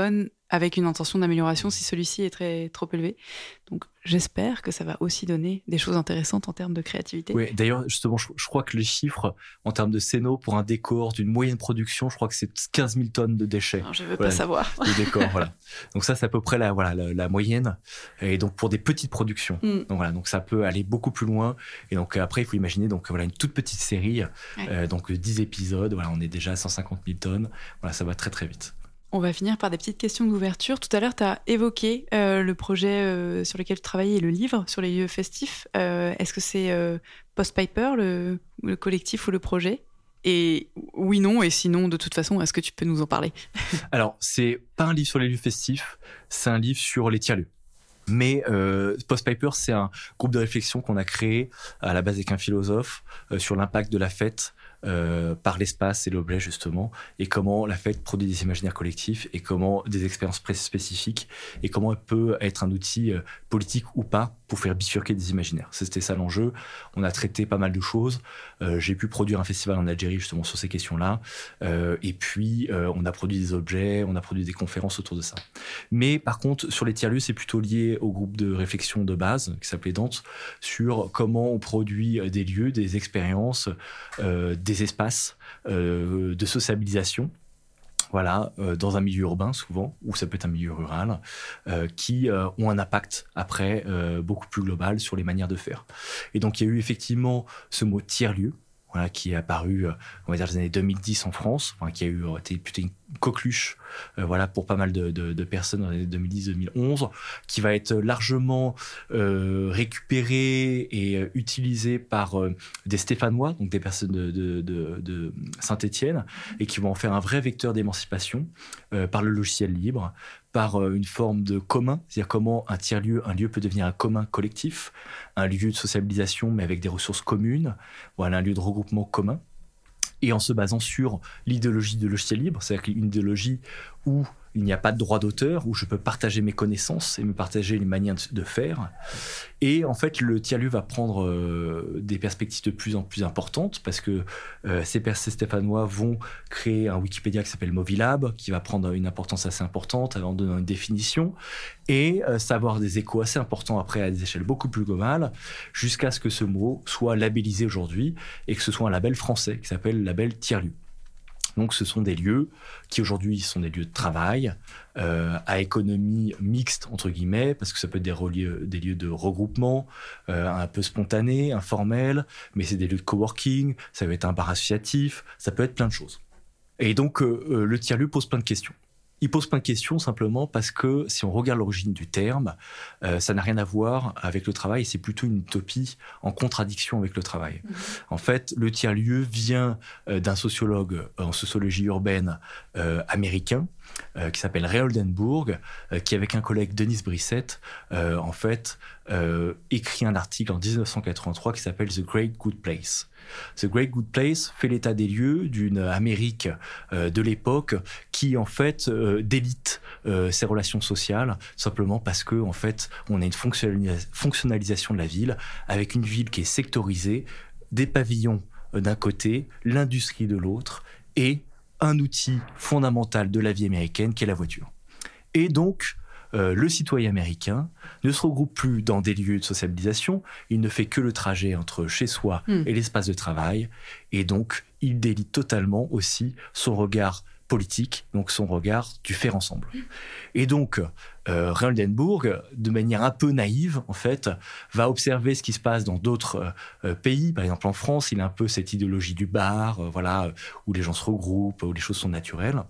Speaker 3: avec une intention d'amélioration si celui-ci est très, trop élevé. Donc, j'espère que ça va aussi donner des choses intéressantes en termes de créativité.
Speaker 4: Oui, d'ailleurs, justement, je, je crois que les chiffres, en termes de scéno, pour un décor d'une moyenne production, je crois que c'est quinze mille tonnes de déchets.
Speaker 3: Non, je ne veux
Speaker 4: voilà,
Speaker 3: pas savoir.
Speaker 4: Le décor, voilà. Donc ça, c'est à peu près la, voilà, la, la moyenne. Et donc, pour des petites productions. Mm. Donc voilà, donc ça peut aller beaucoup plus loin. Et donc, après, il faut imaginer donc, voilà, une toute petite série, ouais. euh, donc dix épisodes. Voilà, on est déjà à cent cinquante mille tonnes. Voilà, ça va très, très vite.
Speaker 3: On va finir par des petites questions d'ouverture. Tout à l'heure, tu as évoqué euh, le projet euh, sur lequel tu travaillais et le livre sur les lieux festifs. Euh, est-ce que c'est euh, Postpiper, le, le collectif ou le projet ? Et oui, non, et sinon, de toute façon, est-ce que tu peux nous en parler ?
Speaker 4: Alors, c'est pas un livre sur les lieux festifs, c'est un livre sur les tiers-lieux. Mais euh, Postpiper, c'est un groupe de réflexion qu'on a créé à la base avec un philosophe euh, sur l'impact de la fête Euh, par l'espace et l'objet justement, et comment la fête produit des imaginaires collectifs et comment des expériences spécifiques et comment elle peut être un outil euh, politique ou pas pour faire bifurquer des imaginaires. C'était ça l'enjeu. On a traité pas mal de choses. Euh, j'ai pu produire un festival en Algérie justement sur ces questions-là, euh, et puis euh, on a produit des objets, on a produit des conférences autour de ça. Mais par contre, sur les tiers-lieux, c'est plutôt lié au groupe de réflexion de base qui s'appelait Dante, sur comment on produit des lieux, des expériences, euh, des espaces euh, de sociabilisation, voilà, euh, dans un milieu urbain souvent, ou ça peut être un milieu rural, euh, qui euh, ont un impact après euh, beaucoup plus global sur les manières de faire. Et donc il y a eu effectivement ce mot tiers-lieu, voilà, qui est apparu, euh, on va dire, dans les années deux mille dix en France, enfin, qui a eu été plutôt une coqueluche, euh, voilà, pour pas mal de, de, de personnes dans les années deux mille dix deux mille onze, qui va être largement euh, récupéré et euh, utilisé par euh, des Stéphanois, donc des personnes de, de, de, de Saint-Étienne, et qui vont en faire un vrai vecteur d'émancipation euh, par le logiciel libre, par une forme de commun, c'est-à-dire comment un tiers-lieu, un lieu peut devenir un commun collectif, un lieu de sociabilisation mais avec des ressources communes, voilà, un lieu de regroupement commun, et en se basant sur l'idéologie de logiciel libre, c'est-à-dire une idéologie où il n'y a pas de droit d'auteur, où je peux partager mes connaissances et me partager les manières de faire. Et en fait, le tiers-lieu va prendre euh, des perspectives de plus en plus importantes parce que euh, ces, ces Stéphanois vont créer un Wikipédia qui s'appelle Movilab, qui va prendre une importance assez importante en donnant une définition, et euh, ça va avoir des échos assez importants après à des échelles beaucoup plus globales, jusqu'à ce que ce mot soit labellisé aujourd'hui et que ce soit un label français qui s'appelle label tiers-lieu. Donc, ce sont des lieux qui, aujourd'hui, sont des lieux de travail euh, à économie mixte, entre guillemets, parce que ça peut être des, relieux, des lieux de regroupement, euh, un peu spontanés, informels, mais c'est des lieux de coworking, ça peut être un bar associatif, ça peut être plein de choses. Et donc, euh, le tiers-lieu pose plein de questions. Il pose plein de questions simplement parce que si on regarde l'origine du terme, euh, ça n'a rien à voir avec le travail, c'est plutôt une utopie en contradiction avec le travail. Mmh. En fait, le tiers-lieu vient euh, d'un sociologue en sociologie urbaine euh, américain euh, qui s'appelle Ray Oldenburg, euh, qui avec un collègue Denis Brissett, euh, en fait, euh, écrit un article en dix-neuf cent quatre-vingt-trois qui s'appelle The Great Good Place. The Great Good Place fait l'état des lieux d'une Amérique euh, de l'époque qui en fait euh, délite euh, ses relations sociales simplement parce que en fait on a une fonctionnalis- fonctionnalisation de la ville avec une ville qui est sectorisée, des pavillons euh, d'un côté, l'industrie de l'autre et un outil fondamental de la vie américaine qui est la voiture. Et donc Euh, le citoyen américain ne se regroupe plus dans des lieux de sociabilisation, il ne fait que le trajet entre chez soi mmh. et l'espace de travail, et donc il délite totalement aussi son regard politique, donc son regard du faire ensemble. Et donc, euh, Ray Oldenburg, de manière un peu naïve, en fait, va observer ce qui se passe dans d'autres euh, pays. Par exemple, en France, il a un peu cette idéologie du bar, euh, voilà, où les gens se regroupent, où les choses sont naturelles.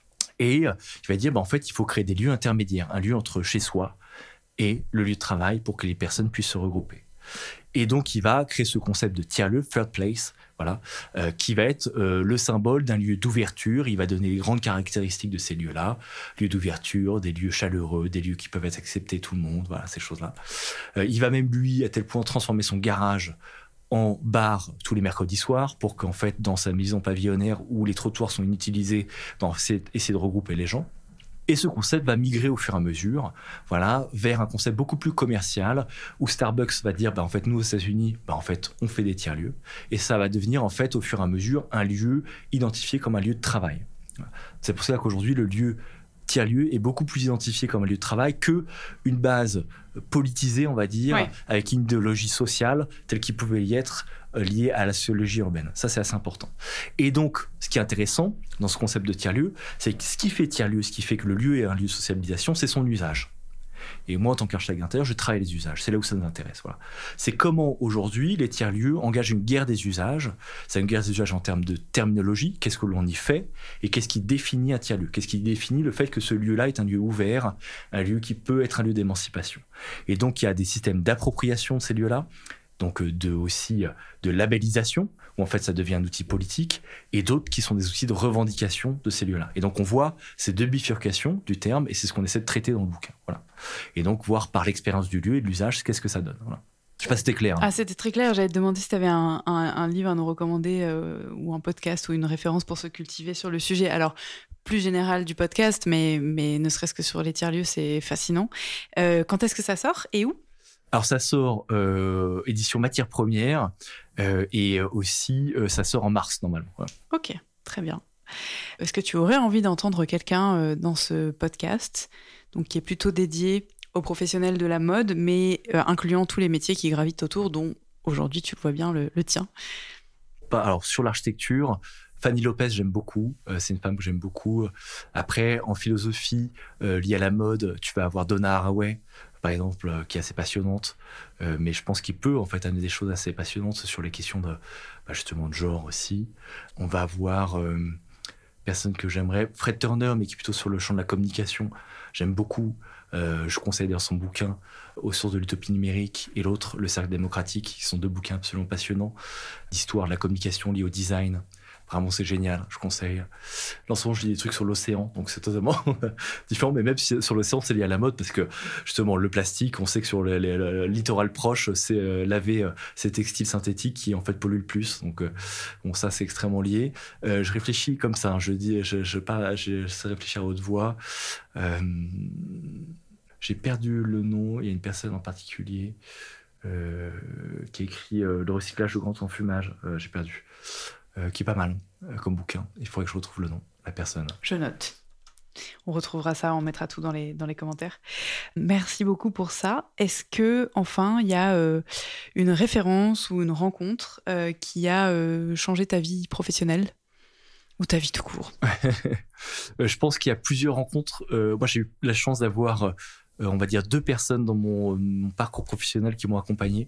Speaker 4: Et il va dire, bah, en fait, il faut créer des lieux intermédiaires, un lieu entre chez soi et le lieu de travail pour que les personnes puissent se regrouper. Et donc, il va créer ce concept de tiers-lieu, third place, voilà, euh, qui va être euh, le symbole d'un lieu d'ouverture. Il va donner les grandes caractéristiques de ces lieux-là, lieux d'ouverture, des lieux chaleureux, des lieux qui peuvent être acceptés tout le monde, voilà, ces choses-là. Euh, il va même, lui, à tel point transformer son garage en bar tous les mercredis soirs pour qu'en fait, dans sa maison pavillonnaire où les trottoirs sont inutilisés, ben, c'est essayer de regrouper les gens. Et ce concept va migrer au fur et à mesure, voilà, vers un concept beaucoup plus commercial où Starbucks va dire, ben, en fait, nous aux États-Unis, ben, en fait, on fait des tiers-lieux. Et ça va devenir, en fait, au fur et à mesure, un lieu identifié comme un lieu de travail. C'est pour ça qu'aujourd'hui, le lieu tiers-lieu est beaucoup plus identifié comme un lieu de travail que une base politisée, on va dire, ouais. avec une idéologie sociale telle qu'il pouvait y être euh, liée à la sociologie urbaine. Ça, c'est assez important. Et donc, ce qui est intéressant dans ce concept de tiers-lieu, c'est que ce qui fait tiers-lieu, ce qui fait que le lieu est un lieu de socialisation, c'est son usage. Et moi, en tant qu'architecte d'intérieur, je travaille les usages. C'est là où ça nous intéresse. Voilà. C'est comment, aujourd'hui, les tiers-lieux engagent une guerre des usages. C'est une guerre des usages en termes de terminologie. Qu'est-ce que l'on y fait? Et qu'est-ce qui définit un tiers-lieu? Qu'est-ce qui définit le fait que ce lieu-là est un lieu ouvert, un lieu qui peut être un lieu d'émancipation? Et donc, il y a des systèmes d'appropriation de ces lieux-là, donc de, aussi de labellisation, où en fait ça devient un outil politique, et d'autres qui sont des outils de revendication de ces lieux-là. Et donc on voit ces deux bifurcations du terme, et c'est ce qu'on essaie de traiter dans le bouquin. Voilà. Et donc voir par l'expérience du lieu et de l'usage, qu'est-ce que ça donne. Voilà. Je sais pas si c'était clair. Hein.
Speaker 3: Ah, c'était très clair. J'allais te demander si tu avais un, un, un livre à nous recommander, euh, ou un podcast, ou une référence pour se cultiver sur le sujet. Alors, plus général du podcast, mais, mais ne serait-ce que sur les tiers-lieux, c'est fascinant. Euh, quand est-ce que ça sort et où ?
Speaker 4: Alors ça sort euh, édition matière première euh, et aussi euh, ça sort en mars normalement. Voilà.
Speaker 3: Ok, très bien. Est-ce que tu aurais envie d'entendre quelqu'un euh, dans ce podcast, donc qui est plutôt dédié aux professionnels de la mode, mais euh, incluant tous les métiers qui gravitent autour, dont aujourd'hui tu le vois bien le, le tien?
Speaker 4: Alors sur l'architecture, Fanny Lopez, j'aime beaucoup. Euh, c'est une femme que j'aime beaucoup. Après, en philosophie euh, liée à la mode, tu vas avoir Donna Haraway, par exemple, euh, qui est assez passionnante. Euh, mais je pense qu'il peut en fait amener des choses assez passionnantes sur les questions de bah, justement de genre aussi. On va avoir euh, personne que j'aimerais, Fred Turner, mais qui est plutôt sur le champ de la communication. J'aime beaucoup. Euh, je conseille d'ailleurs son bouquin Aux sources de l'utopie numérique et l'autre Le cercle démocratique, qui sont deux bouquins absolument passionnants d'histoire de la communication liée au design. Vraiment, c'est génial, je conseille. Là, en ce moment, je lis des trucs sur l'océan, donc c'est totalement différent, mais même si sur l'océan, c'est lié à la mode, parce que justement, le plastique, on sait que sur le, le, le littoral proche, c'est euh, laver euh, ces textiles synthétiques qui, en fait, polluent le plus. Donc, euh, bon, ça, c'est extrêmement lié. Euh, je réfléchis comme ça, hein, je dis, je, je, pas, je, je sais réfléchir à haute voix. Euh, j'ai perdu le nom, il y a une personne en particulier euh, qui a écrit euh, Le recyclage de grand enfumage, euh, j'ai perdu. Euh, qui est pas mal euh, comme bouquin. Il faudrait que je retrouve le nom, la personne.
Speaker 3: Je note. On retrouvera ça, on mettra tout dans les, dans les commentaires. Merci beaucoup pour ça. Est-ce que, enfin, il y a euh, une référence ou une rencontre euh, qui a euh, changé ta vie professionnelle ou ta vie tout court?
Speaker 4: euh, Je pense qu'il y a plusieurs rencontres. Euh, moi, j'ai eu la chance d'avoir, euh, on va dire, deux personnes dans mon, mon parcours professionnel qui m'ont accompagné.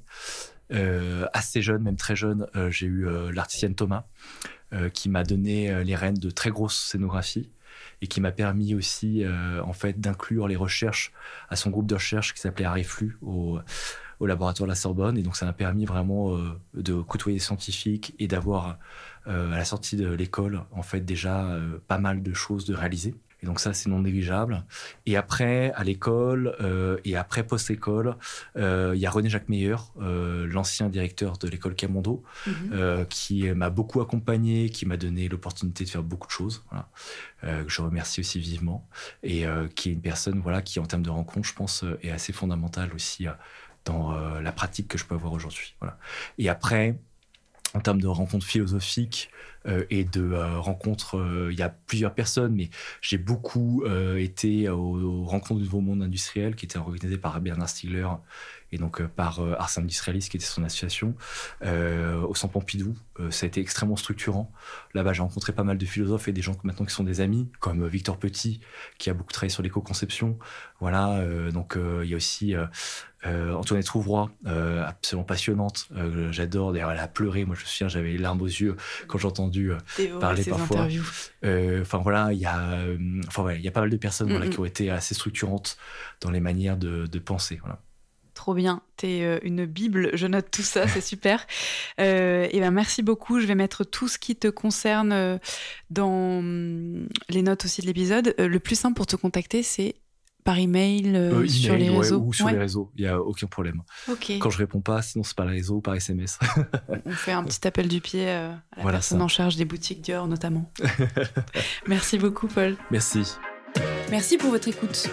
Speaker 4: Euh, assez jeune, même très jeune, euh, j'ai eu euh, l'artisane Thomas euh, qui m'a donné euh, les rênes de très grosses scénographies et qui m'a permis aussi euh, en fait d'inclure les recherches à son groupe de recherche qui s'appelait Ariflu au, au laboratoire de la Sorbonne. Et donc ça m'a permis vraiment euh, de côtoyer des scientifiques et d'avoir euh, à la sortie de l'école en fait déjà euh, pas mal de choses de réaliser. Et donc ça, c'est non négligeable. Et après, à l'école, euh, et après post-école, euh, il y a René Jacques Meyer, euh, l'ancien directeur de l'école Camondo, mm-hmm. euh, qui m'a beaucoup accompagné, qui m'a donné l'opportunité de faire beaucoup de choses. Voilà. Euh, que je remercie aussi vivement. Et euh, qui est une personne voilà, qui, en termes de rencontres, je pense, est assez fondamentale aussi euh, dans euh, la pratique que je peux avoir aujourd'hui. Voilà. Et après, en termes de rencontres philosophiques euh, et de euh, rencontres, il euh, y a plusieurs personnes, mais j'ai beaucoup euh, été aux, aux rencontres du Nouveau Monde industriel qui étaient organisées par Bernard Stiegler et donc euh, par euh, Ars Industrialis qui était son association, euh, au Centre Pompidou. Euh, ça a été extrêmement structurant. Là-bas, j'ai rencontré pas mal de philosophes et des gens maintenant qui sont des amis, comme euh, Victor Petit, qui a beaucoup travaillé sur l'éco-conception. Voilà, euh, donc il euh, y a aussi... Euh, Euh, Antoinette Rouvroy, euh, absolument passionnante, euh, j'adore. D'ailleurs, elle a pleuré. Moi, je me souviens, j'avais les larmes aux yeux quand j'ai entendu euh, parler parfois. Euh, enfin voilà, il y a, euh, enfin ouais, il y a pas mal de personnes mm-hmm. voilà, qui ont été assez structurantes dans les manières de, de penser. Voilà.
Speaker 3: Trop bien, t'es euh, une bible. Je note tout ça, c'est super. Euh, et ben merci beaucoup. Je vais mettre tout ce qui te concerne euh, dans les notes aussi de l'épisode. Euh, le plus simple pour te contacter, c'est par email, euh, euh, sur email, les réseaux
Speaker 4: ouais, ou sur
Speaker 3: ouais.
Speaker 4: les réseaux, il n'y a aucun problème.
Speaker 3: Okay.
Speaker 4: Quand je réponds pas, sinon c'est par les réseaux ou par S M S.
Speaker 3: On fait un petit appel du pied euh, à la voilà personne ça. En charge des boutiques Dior notamment. Merci beaucoup Paul.
Speaker 4: Merci.
Speaker 3: Merci pour votre écoute.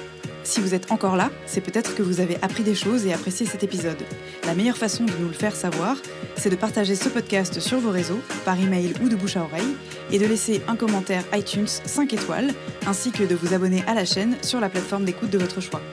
Speaker 3: Si vous êtes encore là, c'est peut-être que vous avez appris des choses et apprécié cet épisode. La meilleure façon de nous le faire savoir, c'est de partager ce podcast sur vos réseaux, par email ou de bouche à oreille, et de laisser un commentaire iTunes cinq étoiles, ainsi que de vous abonner à la chaîne sur la plateforme d'écoute de votre choix.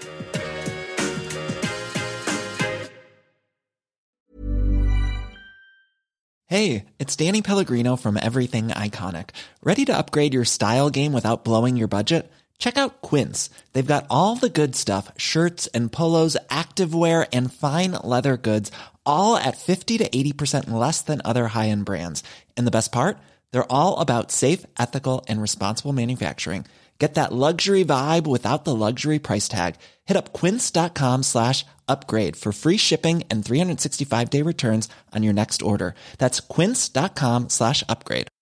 Speaker 5: Hey, it's Danny Pellegrino from Everything Iconic. Ready to upgrade your style game without blowing your budget? Check out Quince. They've got all the good stuff, shirts and polos, activewear, and fine leather goods, all at fifty to eighty percent less than other high-end brands. And the best part? They're all about safe, ethical, and responsible manufacturing. Get that luxury vibe without the luxury price tag. Hit up quince.com slash upgrade for free shipping and three sixty-five day returns on your next order. That's quince.com slash upgrade.